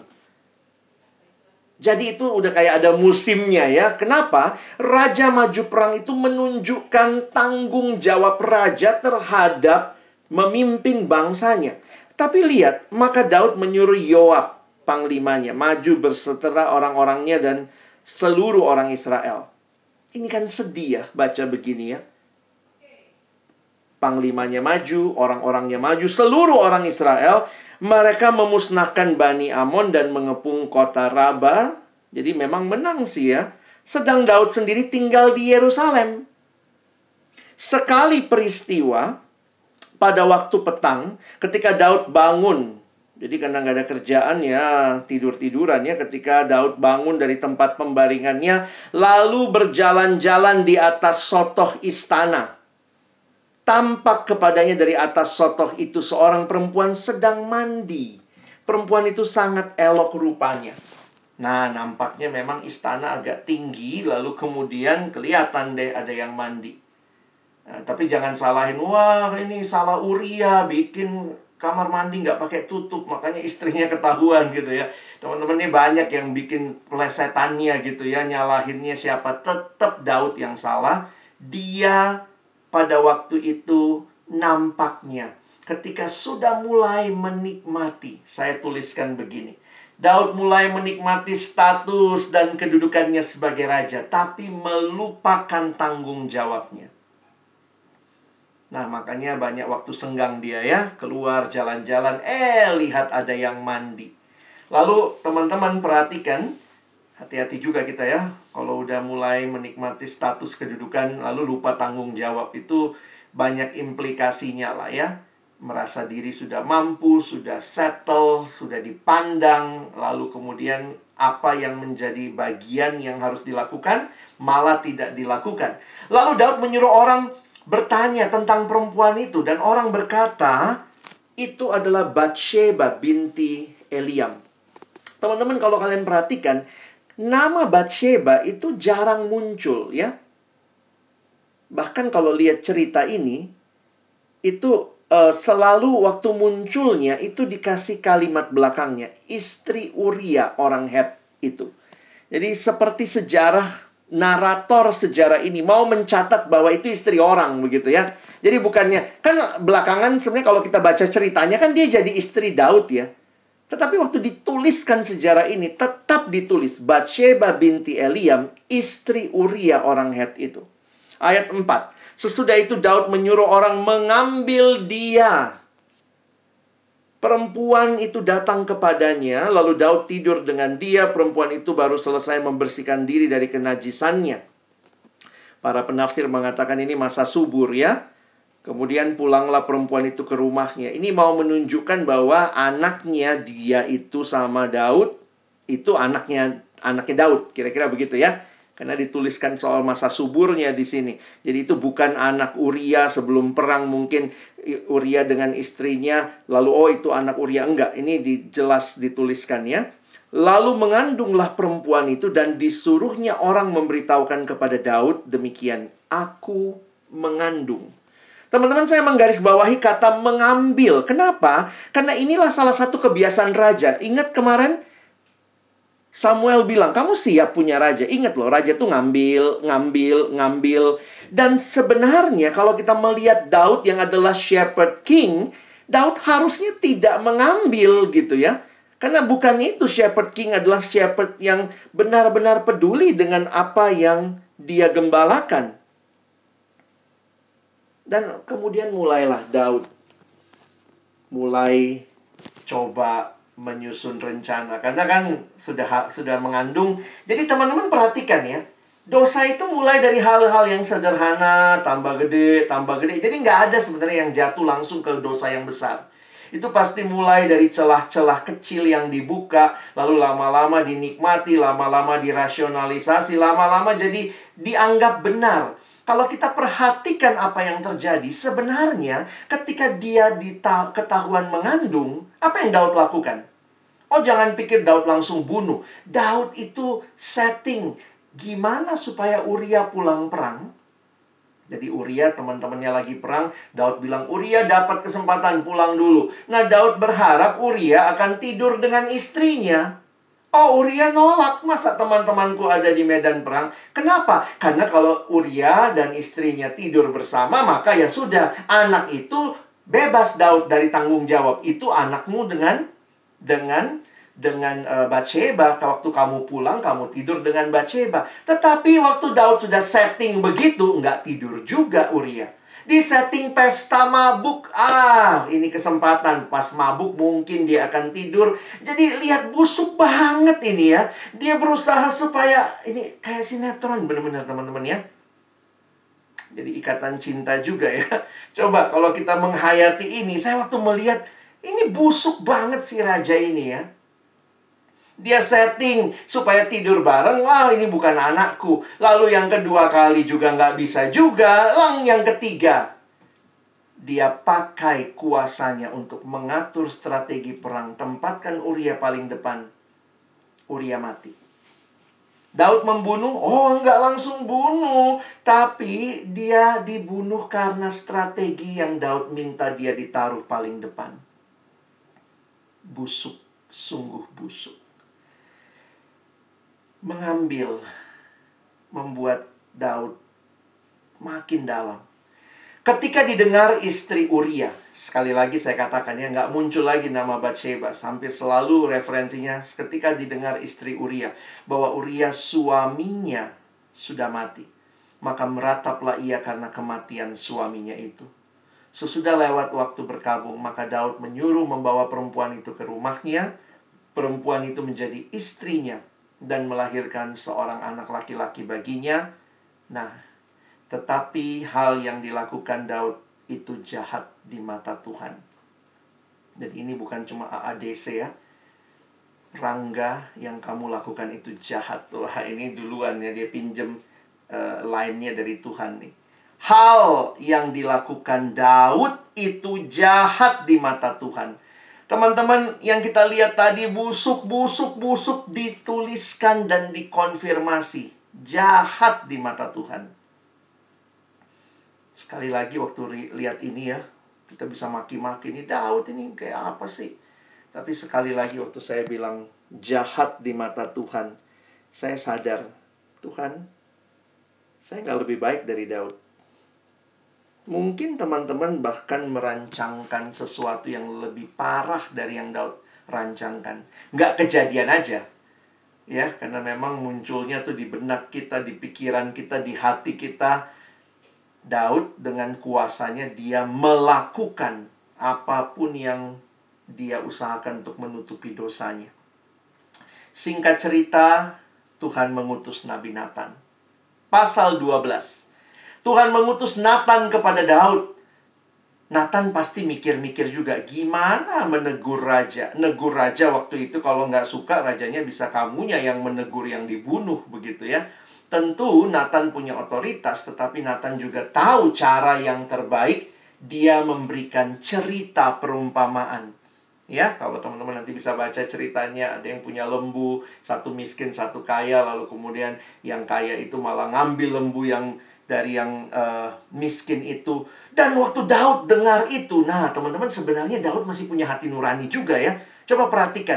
Jadi itu udah kayak ada musimnya ya. Kenapa? Raja maju perang itu menunjukkan tanggung jawab raja terhadap memimpin bangsanya. Tapi lihat, maka Daud menyuruh Yoab, panglimanya, maju berserta orang-orangnya dan seluruh orang Israel. Ini kan sedih ya baca begini ya. Panglimanya maju, orang-orangnya maju, seluruh orang Israel. Mereka memusnahkan Bani Amon dan mengepung kota Raba. Jadi memang menang sih ya. Sedang Daud sendiri tinggal di Yerusalem. Sekali peristiwa, pada waktu petang, ketika Daud bangun. Jadi karena nggak ada kerjaan ya, tidur-tiduran ya. Ketika Daud bangun dari tempat pembaringannya, lalu berjalan-jalan di atas sotoh istana. Tampak kepadanya dari atas sotoh itu seorang perempuan sedang mandi. Perempuan itu sangat elok rupanya. Nah, nampaknya memang istana agak tinggi, lalu kemudian kelihatan deh ada yang mandi. Nah, tapi jangan salahin, wah ini salah Uria, bikin kamar mandi nggak pakai tutup, makanya istrinya ketahuan gitu ya. Teman-teman ini banyak yang bikin plesetannya gitu ya, nyalahinnya siapa. Tetap Daud yang salah. Dia pada waktu itu nampaknya ketika sudah mulai menikmati, saya tuliskan begini. Daud mulai menikmati status dan kedudukannya sebagai raja, tapi melupakan tanggung jawabnya. Nah, makanya banyak waktu senggang dia ya, keluar jalan-jalan, lihat ada yang mandi. Lalu teman-teman perhatikan, hati-hati juga kita ya, kalau udah mulai menikmati status kedudukan, lalu lupa tanggung jawab, itu banyak implikasinya lah ya. Merasa diri sudah mampu, sudah settle, sudah dipandang, lalu kemudian apa yang menjadi bagian yang harus dilakukan, malah tidak dilakukan. Lalu Daud menyuruh orang bertanya tentang perempuan itu, dan orang berkata, itu adalah Batsheba binti Eliam. Teman-teman kalau kalian perhatikan, nama Batsheba itu jarang muncul ya. Bahkan kalau lihat cerita ini, itu selalu waktu munculnya itu dikasih kalimat belakangnya, istri Uria orang Het itu. Jadi seperti sejarah, narator sejarah ini mau mencatat bahwa itu istri orang begitu ya. Jadi bukannya, kan belakangan sebenarnya kalau kita baca ceritanya kan dia jadi istri Daud ya. Tetapi waktu dituliskan sejarah ini tetap ditulis Batsheba binti Eliam, istri Uria orang Het itu. Ayat 4. Sesudah itu Daud menyuruh orang mengambil dia. Perempuan itu datang kepadanya, lalu Daud tidur dengan dia. Perempuan itu baru selesai membersihkan diri dari kenajisannya. Para penafsir mengatakan ini masa subur ya. Kemudian pulanglah perempuan itu ke rumahnya. Ini mau menunjukkan bahwa anaknya dia itu sama Daud, itu anaknya Daud, kira-kira begitu ya. Karena dituliskan soal masa suburnya di sini. Jadi itu bukan anak Uria sebelum perang, mungkin Uria dengan istrinya, lalu itu anak Uria. Enggak, ini jelas dituliskan ya. Lalu mengandunglah perempuan itu dan disuruhnya orang memberitahukan kepada Daud demikian, aku mengandung. Teman-teman, saya menggarisbawahi kata mengambil. Kenapa? Karena inilah salah satu kebiasaan raja. Ingat kemarin? Samuel bilang, kamu siap punya raja. Ingat loh, raja tuh ngambil, ngambil, ngambil. Dan sebenarnya kalau kita melihat Daud yang adalah shepherd king, Daud harusnya tidak mengambil gitu ya. Karena bukan itu, shepherd king adalah shepherd yang benar-benar peduli dengan apa yang dia gembalakan. Dan kemudian mulailah Daud mulai coba menyusun rencana. Karena kan sudah mengandung. Jadi teman-teman perhatikan ya. Dosa itu mulai dari hal-hal yang sederhana, tambah gede, tambah gede. Jadi nggak ada sebenarnya yang jatuh langsung ke dosa yang besar. Itu pasti mulai dari celah-celah kecil yang dibuka, lalu lama-lama dinikmati, lama-lama dirasionalisasi, lama-lama jadi dianggap benar. Kalau kita perhatikan apa yang terjadi, sebenarnya ketika dia ketahuan mengandung, apa yang Daud lakukan? Oh, jangan pikir Daud langsung bunuh. Daud itu setting gimana supaya Uria pulang perang. Jadi Uria teman-temannya lagi perang, Daud bilang, Uria dapat kesempatan pulang dulu. Nah, Daud berharap Uria akan tidur dengan istrinya. Oh, Uria nolak. Masa teman-temanku ada di medan perang? Kenapa? Karena kalau Uria dan istrinya tidur bersama, maka ya sudah. Anak itu bebas Daud dari tanggung jawab. Itu anakmu dengan Batsheba. Waktu kamu pulang, kamu tidur dengan Batsheba. Tetapi waktu Daud sudah setting begitu, nggak tidur juga Uria. Di setting pesta mabuk. Ini kesempatan. Pas mabuk mungkin dia akan tidur. Jadi lihat busuk banget ini ya. Dia berusaha supaya, ini kayak sinetron benar-benar teman-teman ya. Jadi ikatan cinta juga ya. Coba kalau kita menghayati ini. Saya waktu melihat, ini busuk banget si raja ini ya. Dia setting supaya tidur bareng. Wah, ini bukan anakku. Lalu yang kedua kali juga nggak bisa juga. Yang ketiga, dia pakai kuasanya untuk mengatur strategi perang. Tempatkan Uria paling depan. Uria mati. Daud membunuh? Oh, nggak langsung bunuh. Tapi dia dibunuh karena strategi yang Daud minta dia ditaruh paling depan. Busuk, sungguh busuk. Membuat Daud makin dalam. Ketika didengar istri Uria, sekali lagi saya katakan ya, nggak muncul lagi nama Batsheba. Hampir selalu referensinya ketika didengar istri Uria, bahwa Uria suaminya sudah mati. Maka merataplah ia karena kematian suaminya itu. Sesudah lewat waktu berkabung, maka Daud menyuruh membawa perempuan itu ke rumahnya. Perempuan itu menjadi istrinya dan melahirkan seorang anak laki-laki baginya. Nah, tetapi hal yang dilakukan Daud itu jahat di mata Tuhan. Jadi ini bukan cuma AADC ya. Rangga, yang kamu lakukan itu jahat. Wah, ini duluan ya, dia pinjem line-nya dari Tuhan nih. Hal yang dilakukan Daud itu jahat di mata Tuhan. Teman-teman, yang kita lihat tadi busuk dituliskan dan dikonfirmasi. Jahat di mata Tuhan. Sekali lagi waktu lihat ini ya, kita bisa maki-maki nih, Daud ini kayak apa sih? Tapi sekali lagi waktu saya bilang jahat di mata Tuhan, saya sadar, Tuhan, saya nggak lebih baik dari Daud. Mungkin teman-teman bahkan merancangkan sesuatu yang lebih parah dari yang Daud rancangkan. Nggak kejadian aja. Ya, karena memang munculnya tuh di benak kita, di pikiran kita, di hati kita. Daud dengan kuasanya dia melakukan apapun yang dia usahakan untuk menutupi dosanya. Singkat cerita, Tuhan mengutus Nabi Nathan. Pasal 12. Tuhan mengutus Nathan kepada Daud. Nathan pasti mikir-mikir juga, gimana menegur raja. Negur raja waktu itu kalau nggak suka, rajanya bisa kamunya yang menegur yang dibunuh, begitu ya. Tentu Nathan punya otoritas, tetapi Nathan juga tahu cara yang terbaik. Dia memberikan cerita perumpamaan. Ya, kalau teman-teman nanti bisa baca ceritanya, ada yang punya lembu, satu miskin, satu kaya, lalu kemudian yang kaya itu malah ngambil lembu dari yang miskin itu. Dan waktu Daud dengar itu, nah teman-teman sebenarnya Daud masih punya hati nurani juga ya. Coba perhatikan,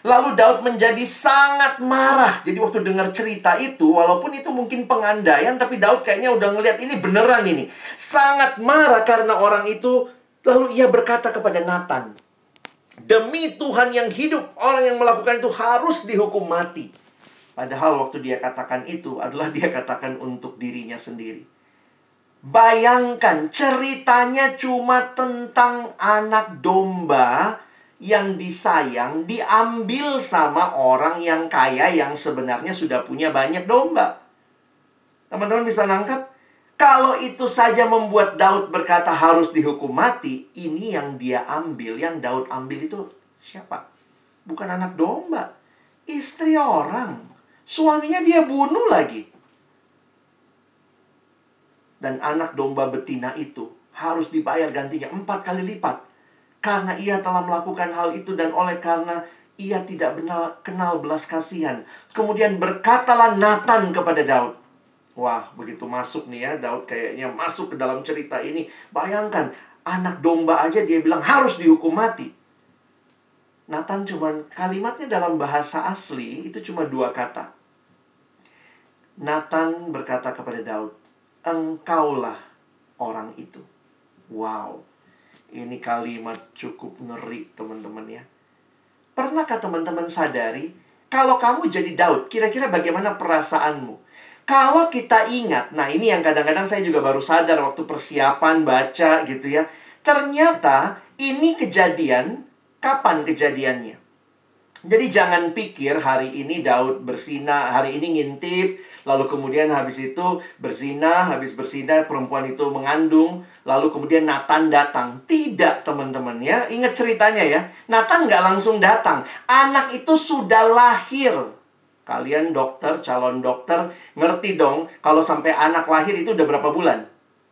Lalu Daud menjadi sangat marah. Jadi waktu dengar cerita itu, walaupun itu mungkin pengandaian, tapi Daud kayaknya udah ngelihat ini beneran ini. Sangat marah karena orang itu. Lalu ia berkata kepada Nathan, demi Tuhan yang hidup, orang yang melakukan itu harus dihukum mati. Padahal waktu dia katakan itu adalah dia katakan untuk dirinya sendiri. Bayangkan, ceritanya cuma tentang anak domba yang disayang diambil sama orang yang kaya yang sebenarnya sudah punya banyak domba. Teman-teman bisa nangkap? Kalau itu saja membuat Daud berkata harus dihukum mati, ini yang dia ambil, yang Daud ambil itu siapa? Bukan anak domba, istri orang. Suaminya dia bunuh lagi. Dan anak domba betina itu harus dibayar gantinya 4 kali lipat. Karena ia telah melakukan hal itu dan oleh karena ia tidak kenal belas kasihan. Kemudian berkatalah Nathan kepada Daud. Wah, begitu masuk nih ya, Daud kayaknya masuk ke dalam cerita ini. Bayangkan, anak domba aja dia bilang harus dihukum mati. Nathan cuman kalimatnya dalam bahasa asli itu cuma 2 kata. Nathan berkata kepada Daud, engkaulah orang itu. Wow. Ini kalimat cukup ngeri, teman-teman ya. Pernahkah teman-teman sadari, kalau kamu jadi Daud, kira-kira bagaimana perasaanmu? Kalau kita ingat, nah ini yang kadang-kadang saya juga baru sadar waktu persiapan baca gitu ya. Ternyata ini kejadian, kapan kejadiannya? Jadi jangan pikir hari ini Daud berzina, hari ini ngintip, lalu kemudian habis itu berzina, habis berzina perempuan itu mengandung, lalu kemudian Nathan datang. Tidak, teman-teman ya. Ingat ceritanya ya. Nathan nggak langsung datang. Anak itu sudah lahir. Kalian dokter, calon dokter, ngerti dong kalau sampai anak lahir itu udah berapa bulan?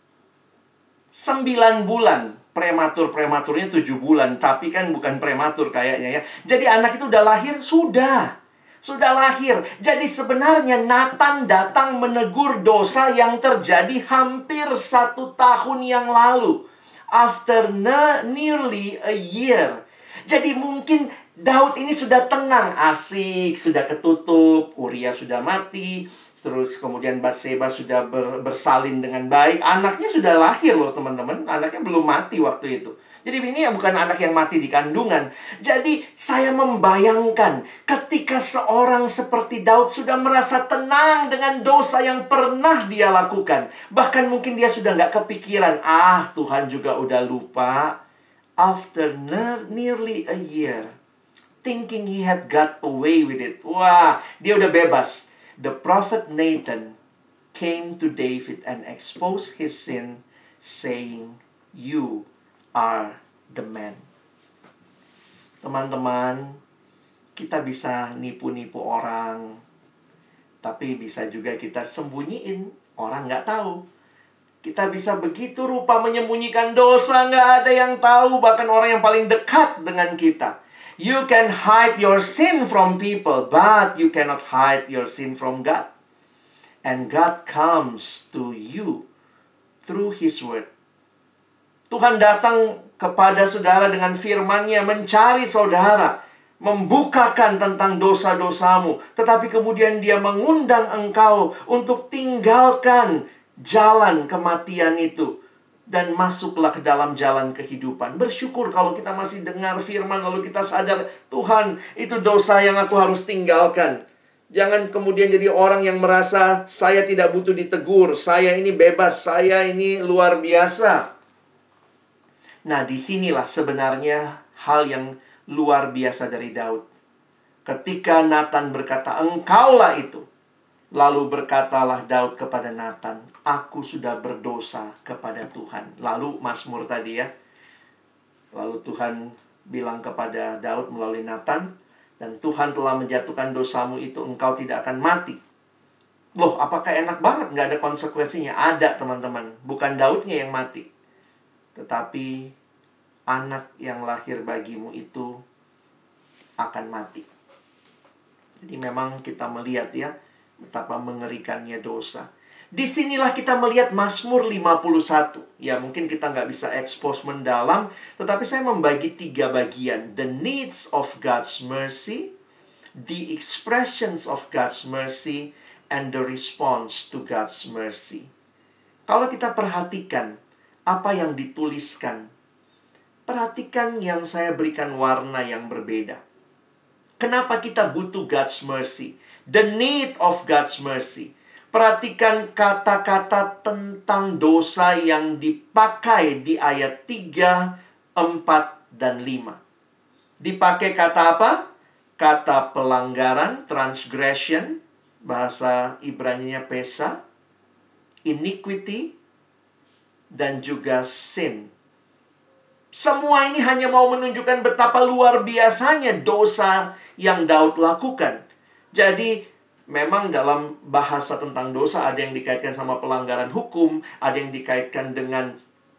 9 bulan. Prematurnya 7 bulan. Tapi kan bukan prematur kayaknya ya. Jadi anak itu udah lahir, sudah lahir. Jadi sebenarnya Nathan datang menegur dosa yang terjadi hampir 1 tahun yang lalu. After nearly a year. Jadi mungkin Daud ini sudah tenang, asik, sudah ketutup, Uria sudah mati, terus kemudian Batseba sudah bersalin dengan baik. Anaknya sudah lahir loh teman-teman, anaknya belum mati waktu itu. Jadi ini bukan anak yang mati di kandungan. Jadi saya membayangkan ketika seorang seperti Daud sudah merasa tenang dengan dosa yang pernah dia lakukan. Bahkan mungkin dia sudah nggak kepikiran, Tuhan juga udah lupa. After nearly a year, thinking he had got away with it. Wah, dia udah bebas. The prophet Nathan came to David and exposed his sin, saying, you are the man. Teman-teman, kita bisa nipu-nipu orang, tapi bisa juga kita sembunyiin, orang nggak tahu. Kita bisa begitu rupa menyembunyikan dosa, nggak ada yang tahu, bahkan orang yang paling dekat dengan kita. You can hide your sin from people, but you cannot hide your sin from God. And God comes to you through His word. Tuhan datang kepada saudara dengan firman-Nya, mencari saudara, membukakan tentang dosa-dosamu. Tetapi kemudian Dia mengundang engkau untuk tinggalkan jalan kematian itu dan masuklah ke dalam jalan kehidupan. Bersyukur kalau kita masih dengar firman lalu kita sadar, Tuhan, itu dosa yang aku harus tinggalkan. Jangan kemudian jadi orang yang merasa saya tidak butuh ditegur, saya ini bebas, saya ini luar biasa. Nah, disinilah sebenarnya hal yang luar biasa dari Daud. Ketika Nathan berkata, engkaulah itu. Lalu berkatalah Daud kepada Nathan, aku sudah berdosa kepada Tuhan. Lalu Mazmur tadi ya. Lalu Tuhan bilang kepada Daud melalui Nathan, dan Tuhan telah menjatuhkan dosamu itu, engkau tidak akan mati. Loh, apakah enak banget? Nggak ada konsekuensinya? Ada, teman-teman. Bukan Daudnya yang mati, tetapi anak yang lahir bagimu itu akan mati. Jadi memang kita melihat ya, betapa mengerikannya dosa. Disinilah kita melihat Mazmur 51. Ya, mungkin kita nggak bisa expose mendalam, tetapi saya membagi 3 bagian. The needs of God's mercy, the expressions of God's mercy and the response to God's mercy. Kalau kita perhatikan apa yang dituliskan, perhatikan yang saya berikan warna yang berbeda. Kenapa kita butuh God's mercy? The need of God's mercy. Perhatikan kata-kata tentang dosa yang dipakai di ayat 3, 4, dan 5. Dipakai kata apa? Kata pelanggaran, transgression, bahasa Ibrani-nya pesa, iniquity, dan juga sin. Semua ini hanya mau menunjukkan betapa luar biasanya dosa yang Daud lakukan. Jadi, memang dalam bahasa tentang dosa ada yang dikaitkan sama pelanggaran hukum, ada yang dikaitkan dengan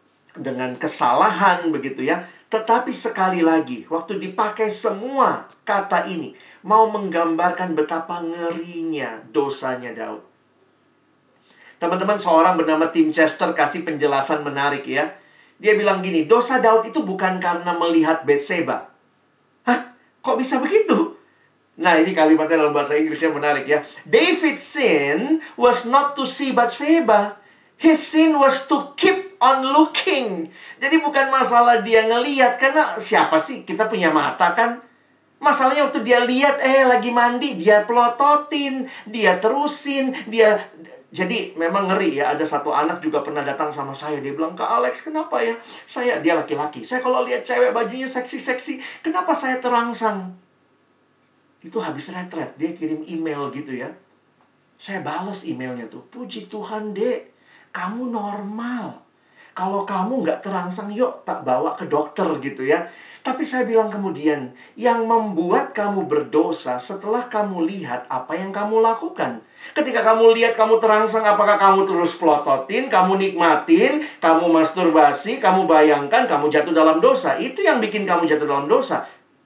kesalahan, begitu ya. Tetapi sekali lagi, waktu dipakai semua kata ini, mau menggambarkan betapa ngerinya dosanya Daud. Teman-teman, seorang bernama Tim Chester kasih penjelasan menarik ya. Dia bilang gini, dosa Daud itu bukan karena melihat Batseba. Hah? Kok bisa begitu? Nah, ini kalimatnya dalam bahasa Inggrisnya menarik ya. David's sin was not to see Batseba. His sin was to keep on looking. Jadi bukan masalah dia ngelihat. Karena siapa sih? Kita punya mata kan? Masalahnya waktu dia lihat, lagi mandi, dia pelototin, dia terusin, dia... Jadi memang ngeri ya. Ada satu anak juga pernah datang sama saya. Dia bilang, Kak Alex, kenapa ya? Dia laki-laki. Saya kalau lihat cewek bajunya seksi-seksi, kenapa saya terangsang? Itu habis retret, dia kirim email gitu ya. Saya balas emailnya tuh. Puji Tuhan, Dek, kamu normal. Kalau kamu nggak terangsang, yuk tak bawa ke dokter gitu ya. Tapi saya bilang kemudian, yang membuat kamu berdosa setelah kamu lihat apa yang kamu lakukan. Ketika kamu lihat kamu terangsang, apakah kamu terus pelototin, kamu nikmatin, kamu masturbasi, kamu bayangkan kamu jatuh dalam dosa. Itu yang bikin kamu jatuh dalam dosa.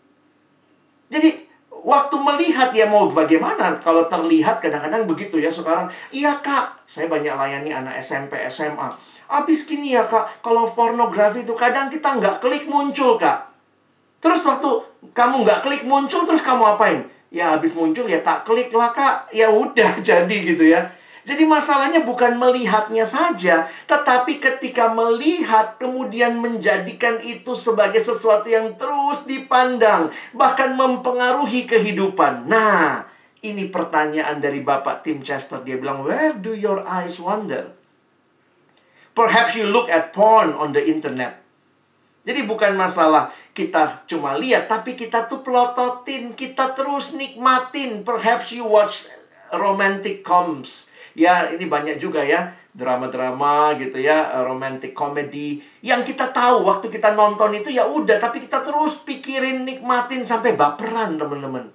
Jadi, waktu melihat ya mau bagaimana. Kalau terlihat kadang-kadang begitu ya sekarang. Iya Kak, saya banyak layani anak SMP, SMA. Abis gini ya Kak, kalau pornografi itu kadang kita nggak klik muncul Kak. Terus waktu kamu nggak klik muncul, terus kamu apain? Ya habis muncul ya tak klik lah Kak. Ya udah jadi gitu ya. Jadi masalahnya bukan melihatnya saja, tetapi ketika melihat kemudian menjadikan itu sebagai sesuatu yang terus dipandang, bahkan mempengaruhi kehidupan. Nah, ini pertanyaan dari Bapak Tim Chester. Dia bilang, where do your eyes wander? Perhaps you look at porn on the internet. Jadi bukan masalah kita cuma lihat, tapi kita tuh pelototin, kita terus nikmatin. Perhaps you watch romantic coms. Ya, ini banyak juga ya, drama-drama gitu ya, romantic comedy. Yang kita tahu waktu kita nonton itu ya udah, tapi kita terus pikirin, nikmatin sampai baperan, teman-teman.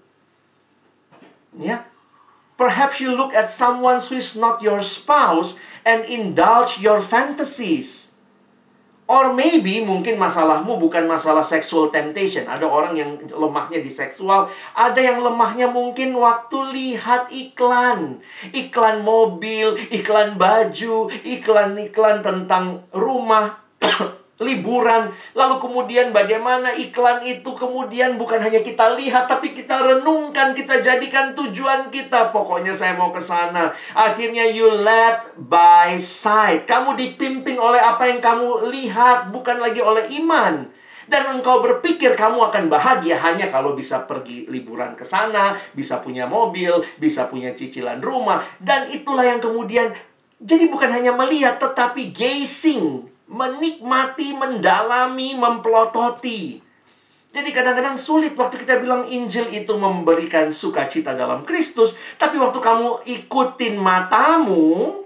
Ya. Perhaps you look at someone who is not your spouse and indulge your fantasies. Or maybe mungkin masalahmu bukan masalah sexual temptation. Ada orang yang lemahnya di seksual. Ada yang lemahnya mungkin waktu lihat iklan. Iklan mobil, iklan baju, iklan-iklan tentang rumah, liburan. Lalu kemudian bagaimana iklan itu kemudian bukan hanya kita lihat, tapi kita renungkan, kita jadikan tujuan kita. Pokoknya saya mau ke sana. Akhirnya you led by sight. Kamu dipimpin oleh apa yang kamu lihat, bukan lagi oleh iman. Dan engkau berpikir kamu akan bahagia hanya kalau bisa pergi liburan ke sana, bisa punya mobil, bisa punya cicilan rumah. Dan itulah yang kemudian, jadi bukan hanya melihat, tetapi gazing, menikmati, mendalami, mempelototi. Jadi kadang-kadang sulit waktu kita bilang Injil itu memberikan sukacita dalam Kristus. Tapi waktu kamu ikutin matamu,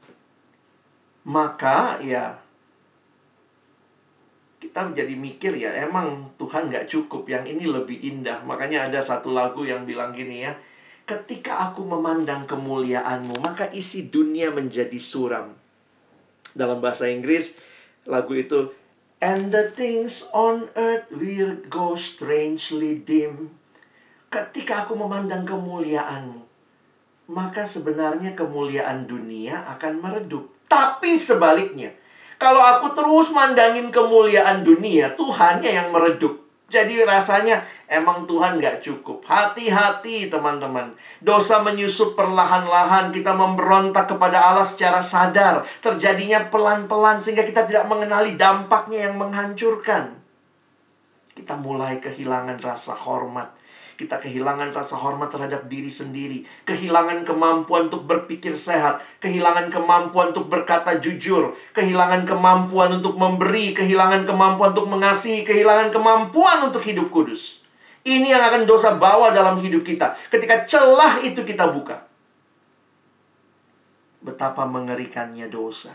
maka ya kita menjadi mikir ya, emang Tuhan gak cukup, yang ini lebih indah. Makanya ada satu lagu yang bilang gini ya, ketika aku memandang kemuliaan-Mu, maka isi dunia menjadi suram. Dalam bahasa Inggris, lagu itu, and the things on earth will go strangely dim. Ketika aku memandang kemuliaan-Mu, maka sebenarnya kemuliaan dunia akan meredup. Tapi sebaliknya, kalau aku terus mandangin kemuliaan dunia, Tuhannya yang meredup. Jadi rasanya emang Tuhan nggak cukup. Hati-hati teman-teman. Dosa menyusup perlahan-lahan. Kita memberontak kepada Allah secara sadar. Terjadinya pelan-pelan sehingga kita tidak mengenali dampaknya yang menghancurkan. Kita mulai kehilangan rasa hormat. Kita kehilangan rasa hormat terhadap diri sendiri. Kehilangan kemampuan untuk berpikir sehat. Kehilangan kemampuan untuk berkata jujur. Kehilangan kemampuan untuk memberi. Kehilangan kemampuan untuk mengasihi. Kehilangan kemampuan untuk hidup kudus. Ini yang akan dosa bawa dalam hidup kita. Ketika celah itu kita buka. Betapa mengerikannya dosa.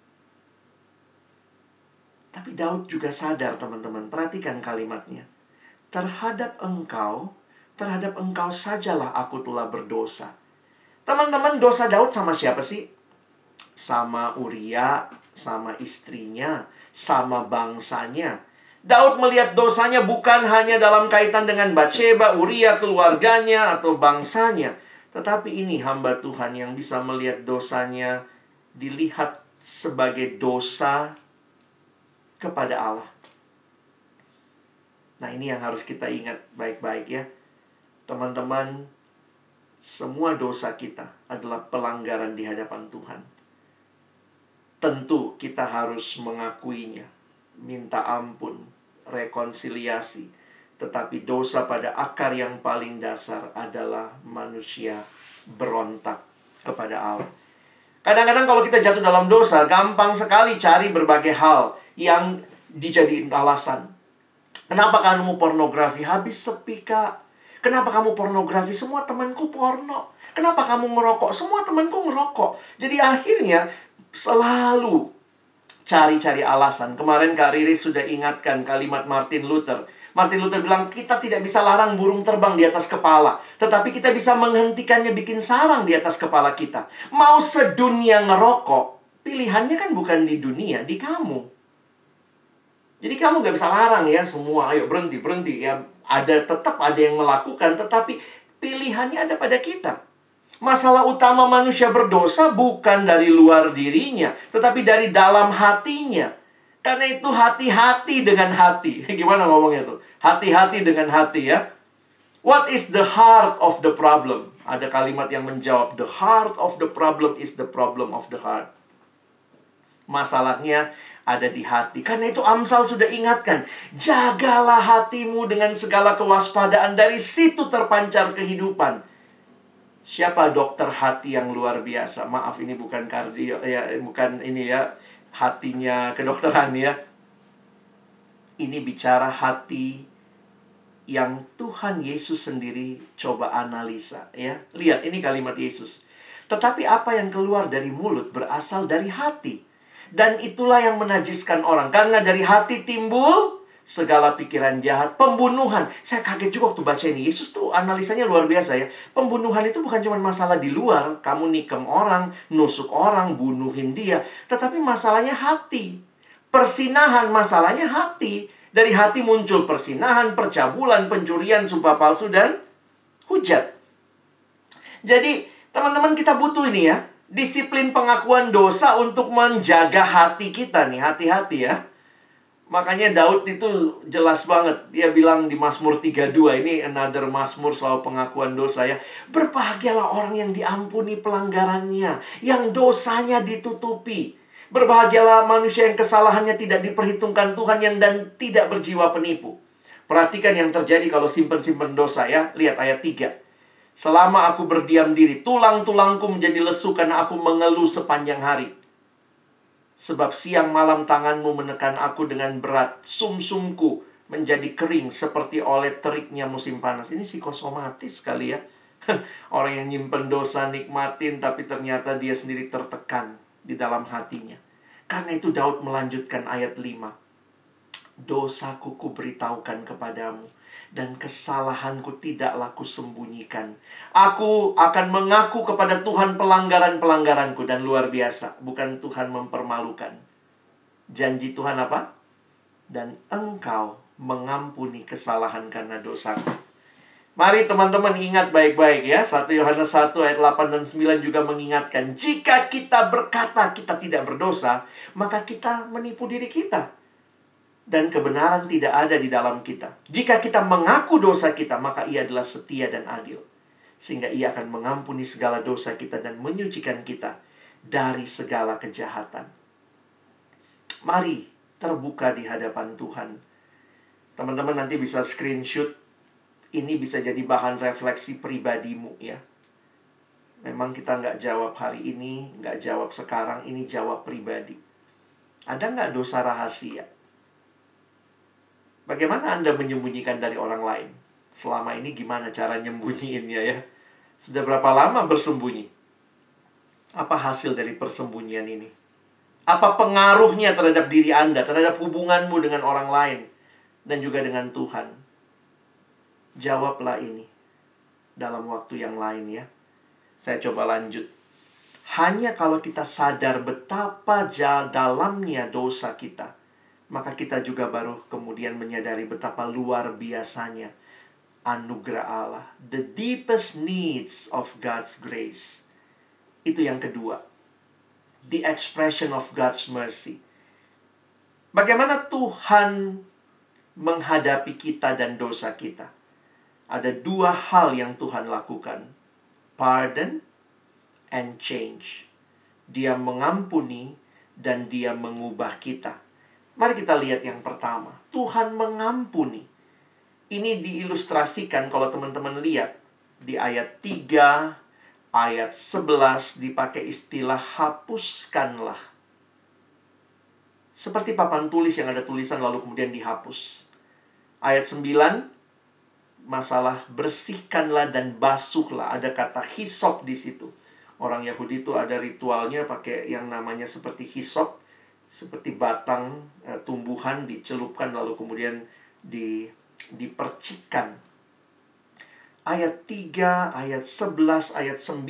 Tapi Daud juga sadar, teman-teman. Perhatikan kalimatnya. Terhadap engkau sajalah aku telah berdosa. Teman-teman, dosa Daud sama siapa sih? Sama Uria, sama istrinya, sama bangsanya. Daud melihat dosanya bukan hanya dalam kaitan dengan Batsheba, Uria, keluarganya, atau bangsanya. Tetapi ini hamba Tuhan yang bisa melihat dosanya dilihat sebagai dosa kepada Allah. Nah, ini yang harus kita ingat baik-baik ya. Teman-teman, semua dosa kita adalah pelanggaran di hadapan Tuhan. Tentu kita harus mengakuinya, minta ampun, rekonsiliasi. Tetapi dosa pada akar yang paling dasar adalah manusia berontak kepada Allah. Kadang-kadang kalau kita jatuh dalam dosa, gampang sekali cari berbagai hal yang dijadiin alasan. Kenapa kamu pornografi? Habis sepi, Kak. Kenapa kamu pornografi? Semua temanku porno. Kenapa kamu ngerokok? Semua temanku ngerokok. Jadi akhirnya selalu cari-cari alasan. Kemarin Kak Riri sudah ingatkan kalimat Martin Luther. Martin Luther bilang, kita tidak bisa larang burung terbang di atas kepala. Tetapi kita bisa menghentikannya bikin sarang di atas kepala kita. Mau sedunia ngerokok, pilihannya kan bukan di dunia, di kamu. Jadi kamu gak bisa larang ya semua, ayo berhenti ya. Tetap ada yang melakukan, tetapi pilihannya ada pada kita. Masalah utama manusia berdosa bukan dari luar dirinya, tetapi dari dalam hatinya. Karena itu hati-hati dengan hati. Gimana ngomongnya tuh? Hati-hati dengan hati ya. What is the heart of the problem? Ada kalimat yang menjawab, the heart of the problem is the problem of the heart. Masalahnya ada di hati. Karena itu Amsal sudah ingatkan, jagalah hatimu dengan segala kewaspadaan, dari situ terpancar kehidupan. Siapa dokter hati yang luar biasa? Maaf, ini bukan kardio ya, bukan ini ya, hatinya kedokteran ya. Ini bicara hati yang Tuhan Yesus sendiri coba analisa ya. Lihat, ini kalimat Yesus. Tetapi apa yang keluar dari mulut berasal dari hati. Dan itulah yang menajiskan orang. Karena dari hati timbul segala pikiran jahat, pembunuhan. Saya kaget juga waktu baca ini. Yesus tuh analisanya luar biasa ya. Pembunuhan itu bukan cuma masalah di luar. Kamu nikam orang, nusuk orang, bunuhin dia. Tetapi masalahnya hati. Persinahan, masalahnya hati. Dari hati muncul persinahan, percabulan, pencurian, sumpah palsu, dan hujat. Jadi, teman-teman, kita butuh ini ya. Disiplin pengakuan dosa untuk menjaga hati kita nih. Hati-hati ya. Makanya Daud itu jelas banget. Dia bilang di Mazmur 32. Ini another Mazmur soal pengakuan dosa ya. Berbahagialah orang yang diampuni pelanggarannya, yang dosanya ditutupi. Berbahagialah manusia yang kesalahannya tidak diperhitungkan Tuhan, yang dan tidak berjiwa penipu. Perhatikan yang terjadi kalau simpen-simpen dosa ya. Lihat ayat 3. Selama aku berdiam diri, tulang-tulangku menjadi lesu karena aku mengeluh sepanjang hari. Sebab siang malam tanganmu menekan aku dengan berat. Sumsumku menjadi kering seperti oleh teriknya musim panas. Ini psikosomatis sekali ya. Orang yang nyimpen dosa nikmatin, tapi ternyata dia sendiri tertekan di dalam hatinya. Karena itu Daud melanjutkan ayat 5. Dosaku kuberitahukan kepadamu, dan kesalahanku tidaklah kusembunyikan. Aku akan mengaku kepada Tuhan pelanggaran-pelanggaranku. Dan luar biasa, bukan Tuhan mempermalukan. Janji Tuhan apa? Dan engkau mengampuni kesalahan karena dosaku. Mari teman-teman ingat baik-baik ya. 1 Yohanes 1 ayat 8 dan 9 juga mengingatkan, jika kita berkata kita tidak berdosa, maka kita menipu diri kita. dan kebenaran tidak ada di dalam kita. Jika kita mengaku dosa kita, maka Ia adalah setia dan adil, sehingga Ia akan mengampuni segala dosa kita dan menyucikan kita dari segala kejahatan. Mari terbuka di hadapan Tuhan. Teman-teman nanti bisa screenshot. Ini bisa jadi bahan refleksi pribadimu ya. Memang kita nggak jawab hari ini, nggak jawab sekarang, ini jawab pribadi. Ada nggak dosa rahasia? Bagaimana Anda menyembunyikan dari orang lain? Selama ini gimana cara nyembunyiinnya ya? Sudah berapa lama bersembunyi? Apa hasil dari persembunyian ini? Apa pengaruhnya terhadap diri Anda, terhadap hubunganmu dengan orang lain, dan juga dengan Tuhan? Jawablah ini dalam waktu yang lain ya. Saya coba lanjut. Hanya kalau kita sadar betapa dalamnya dosa kita, maka kita juga baru kemudian menyadari betapa luar biasanya anugerah Allah. The deepest needs of God's grace. Itu yang kedua. The expression of God's mercy. Bagaimana Tuhan menghadapi kita dan dosa kita? Ada dua hal yang Tuhan lakukan. Pardon and change. Dia mengampuni dan Dia mengubah kita. Mari kita lihat yang pertama. Tuhan mengampuni. Ini diilustrasikan kalau teman-teman lihat. Di ayat 3, ayat 11 dipakai istilah hapuskanlah. Seperti papan tulis yang ada tulisan lalu kemudian dihapus. Ayat 9, masalah bersihkanlah dan basuhlah. Ada kata hisop di situ. Orang Yahudi itu ada ritualnya pakai yang namanya seperti hisop, seperti batang tumbuhan dicelupkan lalu kemudian dipercikkan. Ayat 3, ayat 11, ayat 9.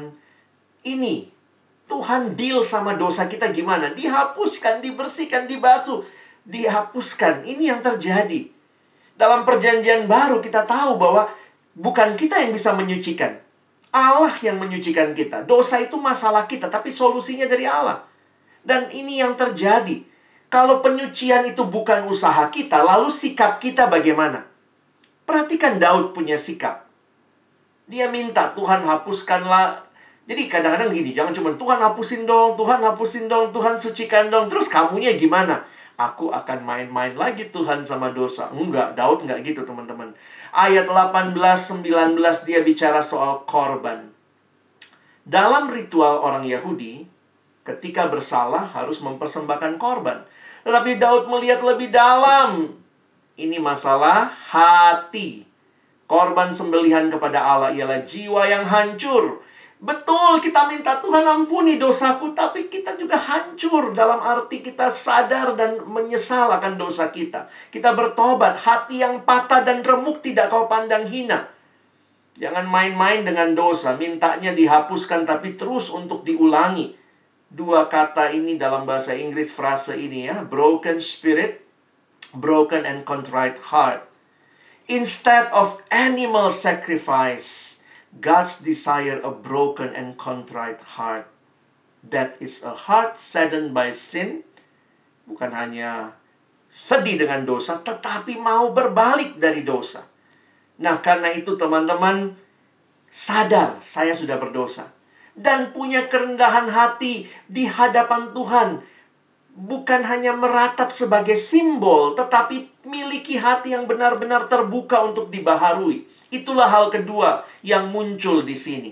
Ini Tuhan deal sama dosa kita gimana? Dihapuskan, dibersihkan, dibasuh, dihapuskan. Ini yang terjadi. Dalam perjanjian baru kita tahu bahwa bukan kita yang bisa menyucikan. Allah yang menyucikan kita. Dosa itu masalah kita, tapi solusinya dari Allah. Dan ini yang terjadi. Kalau penyucian itu bukan usaha kita, lalu sikap kita bagaimana? Perhatikan Daud punya sikap. Dia minta Tuhan hapuskanlah. Jadi kadang-kadang gini, jangan cuma Tuhan hapusin dong, Tuhan hapusin dong, Tuhan sucikan dong. Terus kamunya gimana? Aku akan main-main lagi Tuhan sama dosa. Enggak, Daud enggak gitu teman-teman. Ayat 18-19 dia bicara soal korban. Dalam ritual orang Yahudi, ketika bersalah harus mempersembahkan korban. Tetapi Daud melihat lebih dalam. Ini masalah hati. Korban sembelihan kepada Allah ialah jiwa yang hancur. Betul, kita minta Tuhan ampuni dosaku, tapi kita juga hancur dalam arti kita sadar dan menyesal akan dosa kita. Kita bertobat, hati yang patah dan remuk tidak kau pandang hina. Jangan main-main dengan dosa, mintanya dihapuskan tapi terus untuk diulangi. Dua kata ini dalam bahasa Inggris, frase ini ya, broken spirit, broken and contrite heart. Instead of animal sacrifice, God's desire a broken and contrite heart. That is a heart saddened by sin. Bukan hanya sedih dengan dosa, tetapi mau berbalik dari dosa. Nah, karena itu teman-teman sadar saya sudah berdosa. Dan punya kerendahan hati di hadapan Tuhan. Bukan hanya meratap sebagai simbol, tetapi miliki hati yang benar-benar terbuka untuk dibaharui. Itulah hal kedua yang muncul di sini.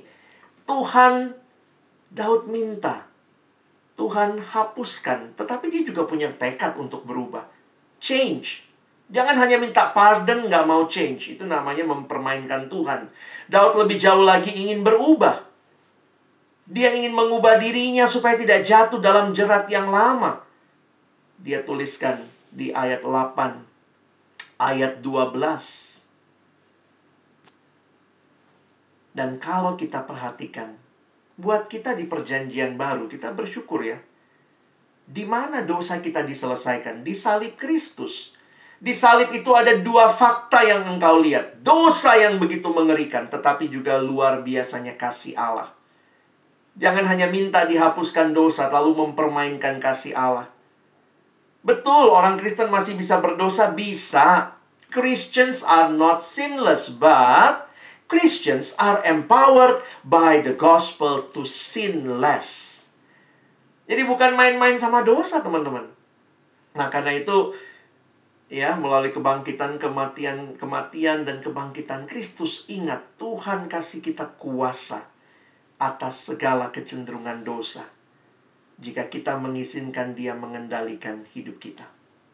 Daud minta Tuhan hapuskan, tetapi dia juga punya tekad untuk berubah. Change. Jangan hanya minta pardon, nggak mau change. Itu namanya mempermainkan Tuhan. Daud lebih jauh lagi ingin berubah. Dia ingin mengubah dirinya supaya tidak jatuh dalam jerat yang lama. Dia tuliskan di ayat 8, ayat 12. Dan kalau kita perhatikan, buat kita di perjanjian baru, kita bersyukur ya. Di mana dosa kita diselesaikan? Di salib Kristus. Di salib itu ada dua fakta yang engkau lihat. Dosa yang begitu mengerikan, tetapi juga luar biasanya kasih Allah. Jangan hanya minta dihapuskan dosa, lalu mempermainkan kasih Allah. Betul, orang Kristen masih bisa berdosa, bisa. Christians are not sinless, but Christians are empowered by the gospel to sin less. Jadi bukan main-main sama dosa, teman-teman. Nah, karena itu, ya, melalui kematian dan kebangkitan Kristus, ingat, Tuhan kasih kita kuasa atas segala kecenderungan dosa. Jika kita mengizinkan Dia mengendalikan hidup kita.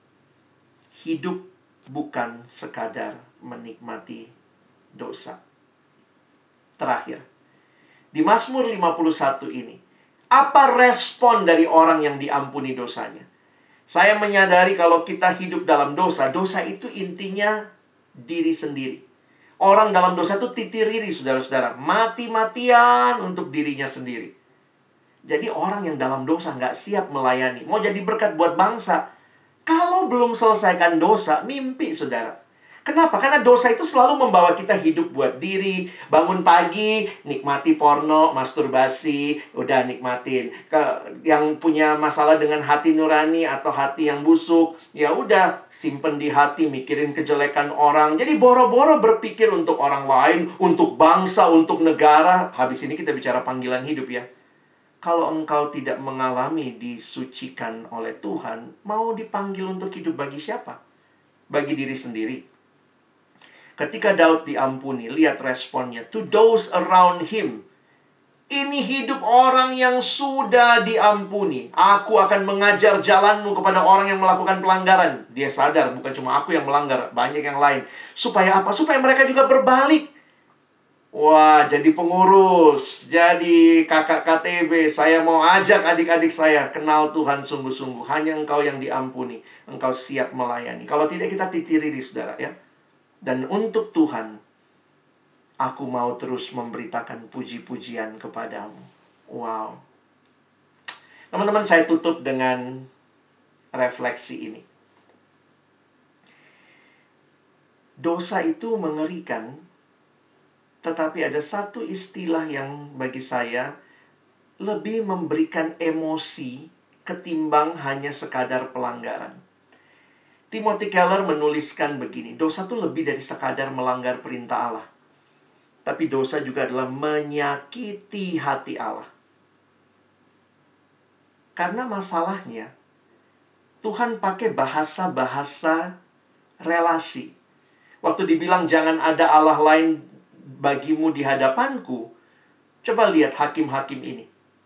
Hidup bukan sekadar menikmati dosa. Terakhir, di Mazmur 51 ini, apa respon dari orang yang diampuni dosanya? Saya menyadari kalau kita hidup dalam dosa, dosa itu intinya diri sendiri. Orang dalam dosa itu titiriri, saudara-saudara. Mati-matian untuk dirinya sendiri. Jadi orang yang dalam dosa nggak siap melayani. Mau jadi berkat buat bangsa. Kalau belum selesaikan dosa, mimpi, saudara. Kenapa? Karena dosa itu selalu membawa kita hidup buat diri. Bangun pagi, nikmati porno, masturbasi, udah nikmatin. Yang punya masalah dengan hati nurani atau hati yang busuk, ya udah simpen di hati, mikirin kejelekan orang. Jadi boro-boro berpikir untuk orang lain, untuk bangsa, untuk negara. Habis ini kita bicara panggilan hidup ya. Kalau engkau tidak mengalami disucikan oleh Tuhan, mau dipanggil untuk hidup bagi siapa? Bagi diri sendiri. Ketika Daud diampuni, lihat responnya. To those around him. Ini hidup orang yang sudah diampuni. Aku akan mengajar jalanmu kepada orang yang melakukan pelanggaran. Dia sadar, bukan cuma aku yang melanggar, banyak yang lain. Supaya apa? Supaya mereka juga berbalik. Wah, jadi pengurus, jadi kakak KTB. Saya mau ajak adik-adik saya kenal Tuhan sungguh-sungguh. Hanya engkau yang diampuni. Engkau siap melayani. Kalau tidak, kita titiri di saudara ya. Dan untuk Tuhan, aku mau terus memberitakan puji-pujian kepadamu. Wow. Teman-teman, saya tutup dengan refleksi ini. Dosa itu mengerikan, tetapi ada satu istilah yang bagi saya lebih memberikan emosi ketimbang hanya sekadar pelanggaran. Timothy Keller menuliskan begini, dosa itu lebih dari sekadar melanggar perintah Allah. Tapi dosa juga adalah menyakiti hati Allah. Karena masalahnya, Tuhan pakai bahasa-bahasa relasi. Waktu dibilang jangan ada Allah lain bagimu di hadapanku, coba lihat hakim-hakim ini.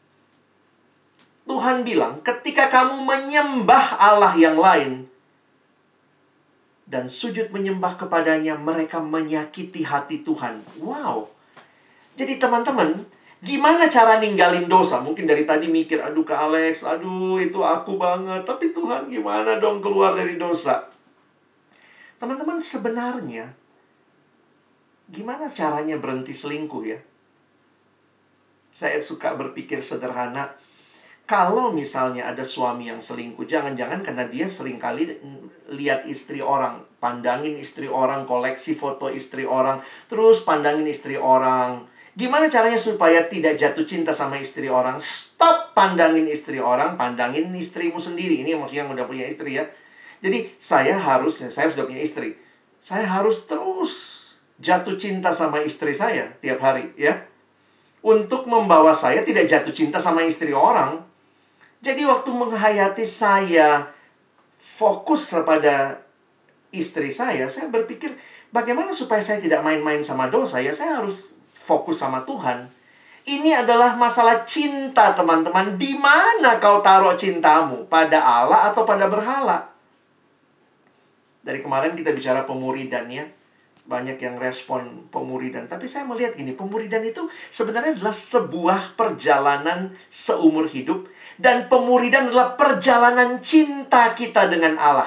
Tuhan bilang, ketika kamu menyembah Allah yang lain, dan sujud menyembah kepadanya, mereka menyakiti hati Tuhan. Wow. Jadi teman-teman, gimana cara ninggalin dosa? Mungkin dari tadi mikir, aduh Kak Alex, aduh itu aku banget. Tapi Tuhan gimana dong keluar dari dosa? Teman-teman, sebenarnya, gimana caranya berhenti selingkuh ya? Saya suka berpikir sederhana. Kalau misalnya ada suami yang selingkuh, jangan-jangan karena dia seringkali lihat istri orang, pandangin istri orang, koleksi foto istri orang, terus pandangin istri orang. Gimana caranya supaya tidak jatuh cinta sama istri orang? Stop pandangin istri orang, pandangin istrimu sendiri. Ini maksudnya yang udah punya istri ya. Jadi saya sudah punya istri. Saya harus terus jatuh cinta sama istri saya tiap hari ya. Untuk membawa saya tidak jatuh cinta sama istri orang. Jadi waktu menghayati saya fokus kepada istri saya berpikir bagaimana supaya saya tidak main-main sama dosa ya, saya harus fokus sama Tuhan. Ini adalah masalah cinta, teman-teman. Di mana kau taruh cintamu? Pada Allah atau pada berhala? Dari kemarin kita bicara pemuridan ya. Banyak yang respon pemuridan. Tapi saya melihat gini, pemuridan itu sebenarnya adalah sebuah perjalanan seumur hidup. Dan pemuridan adalah perjalanan cinta kita dengan Allah.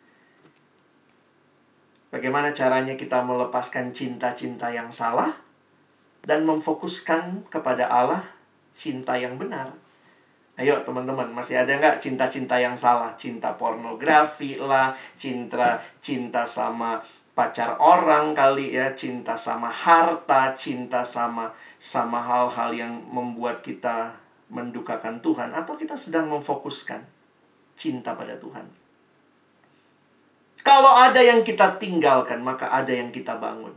Bagaimana caranya kita melepaskan cinta-cinta yang salah dan memfokuskan kepada Allah cinta yang benar? Ayo teman-teman, masih ada nggak cinta-cinta yang salah? Cinta pornografi lah, cinta sama pacar orang kali ya, cinta sama harta, cinta sama hal-hal yang membuat kita mendukakan Tuhan, atau kita sedang memfokuskan cinta pada Tuhan. Kalau ada yang kita tinggalkan, maka ada yang kita bangun.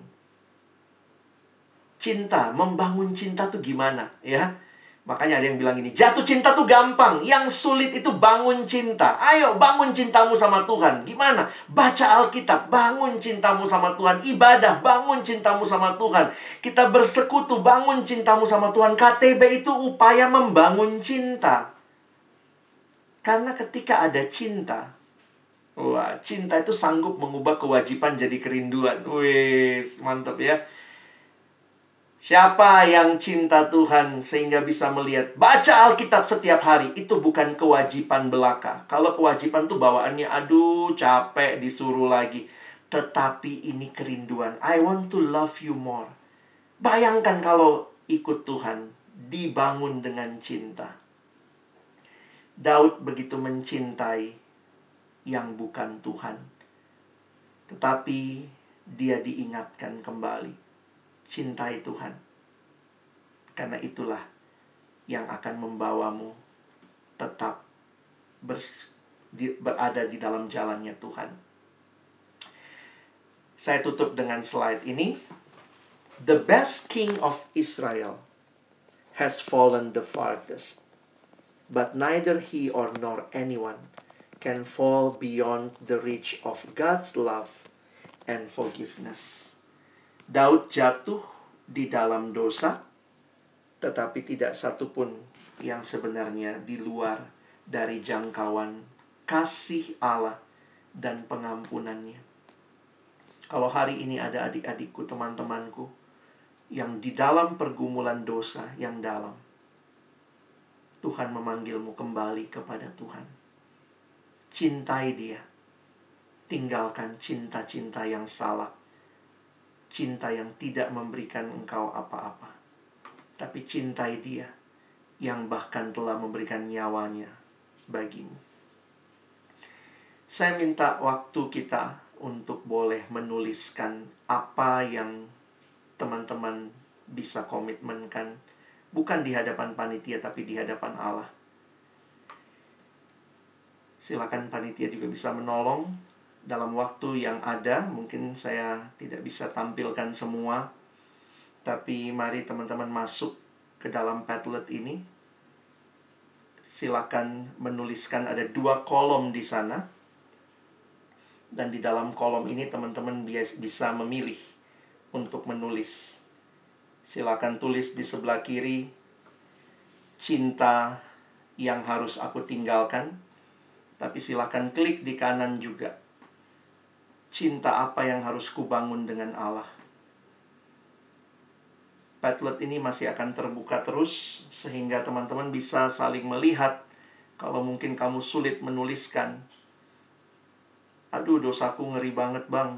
Cinta, membangun cinta tuh gimana? Ya, makanya ada yang bilang gini, jatuh cinta tuh gampang. Yang sulit itu bangun cinta. Ayo, bangun cintamu sama Tuhan. Gimana? Baca Alkitab, bangun cintamu sama Tuhan. Ibadah, bangun cintamu sama Tuhan. Kita bersekutu, bangun cintamu sama Tuhan. KTB itu upaya membangun cinta. Karena ketika ada cinta, wah, cinta itu sanggup mengubah kewajiban jadi kerinduan. Wih, mantap ya. Siapa yang cinta Tuhan sehingga bisa melihat, baca Alkitab setiap hari, itu bukan kewajiban belaka. Kalau kewajiban tuh bawaannya, aduh capek disuruh lagi. Tetapi ini kerinduan. I want to love you more. Bayangkan kalau ikut Tuhan, dibangun dengan cinta. Daud begitu mencintai yang bukan Tuhan. Tetapi dia diingatkan kembali. Cintai Tuhan. Karena itulah yang akan membawamu tetap berada di dalam jalannya Tuhan. Saya tutup dengan slide ini. The best king of Israel has fallen the farthest. But neither he or nor anyone can fall beyond the reach of God's love and forgiveness. Daud jatuh di dalam dosa, tetapi tidak satupun yang sebenarnya di luar dari jangkauan kasih Allah dan pengampunannya. Kalau hari ini ada adik-adikku, teman-temanku, yang di dalam pergumulan dosa yang dalam, Tuhan memanggilmu kembali kepada Tuhan. Cintai Dia. Tinggalkan cinta-cinta yang salah. Cinta yang tidak memberikan engkau apa-apa. Tapi cintai Dia yang bahkan telah memberikan nyawanya bagimu. Saya minta waktu kita untuk boleh menuliskan apa yang teman-teman bisa komitmenkan. Bukan di hadapan panitia, tapi di hadapan Allah. Silakan panitia juga bisa menolong dalam waktu yang ada. Mungkin saya tidak bisa tampilkan semua, tapi mari teman-teman masuk ke dalam Padlet ini. Silakan menuliskan, ada 2 kolom di sana. Dan di dalam kolom ini teman-teman bisa memilih untuk menulis. Silakan tulis di sebelah kiri, cinta yang harus aku tinggalkan. Tapi silakan klik di kanan juga, cinta apa yang harus kubangun dengan Allah. Padlet ini masih akan terbuka terus, sehingga teman-teman bisa saling melihat. Kalau mungkin kamu sulit menuliskan, aduh dosaku ngeri banget bang.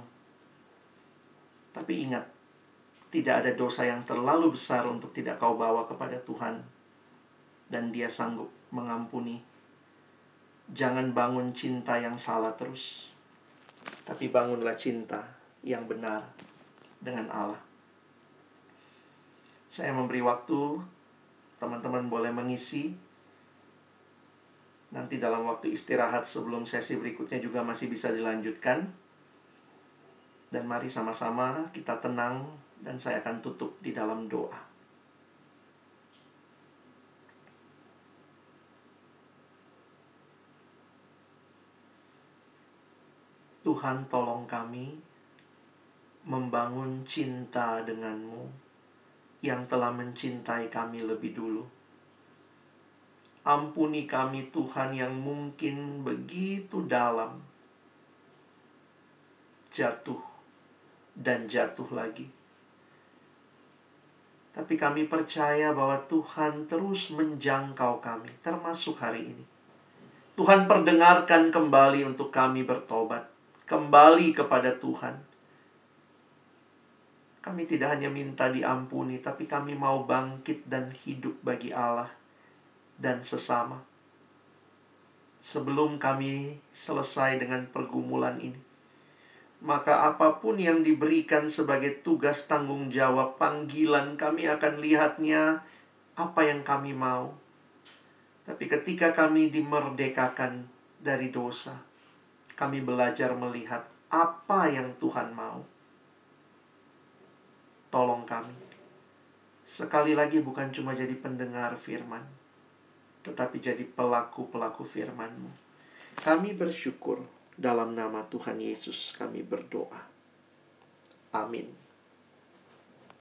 Tapi ingat, tidak ada dosa yang terlalu besar untuk tidak kau bawa kepada Tuhan. Dan Dia sanggup mengampuni. Jangan bangun cinta yang salah terus. Tapi bangunlah cinta yang benar dengan Allah. Saya memberi waktu, teman-teman boleh mengisi. Nanti dalam waktu istirahat sebelum sesi berikutnya juga masih bisa dilanjutkan. Dan mari sama-sama kita tenang. Dan saya akan tutup di dalam doa. Tuhan, tolong kami membangun cinta dengan-Mu yang telah mencintai kami lebih dulu. Ampuni kami Tuhan yang mungkin begitu dalam, jatuh dan jatuh lagi. Tapi kami percaya bahwa Tuhan terus menjangkau kami, termasuk hari ini. Tuhan perdengarkan kembali untuk kami bertobat, kembali kepada Tuhan. Kami tidak hanya minta diampuni, tapi kami mau bangkit dan hidup bagi Allah dan sesama. Sebelum kami selesai dengan pergumulan ini, maka apapun yang diberikan sebagai tugas tanggung jawab panggilan, kami akan lihatnya apa yang kami mau. Tapi ketika kami dimerdekakan dari dosa, kami belajar melihat apa yang Tuhan mau. Tolong kami. Sekali lagi bukan cuma jadi pendengar firman, tetapi jadi pelaku-pelaku firman-Mu. Kami bersyukur, dalam nama Tuhan Yesus kami berdoa. Amin.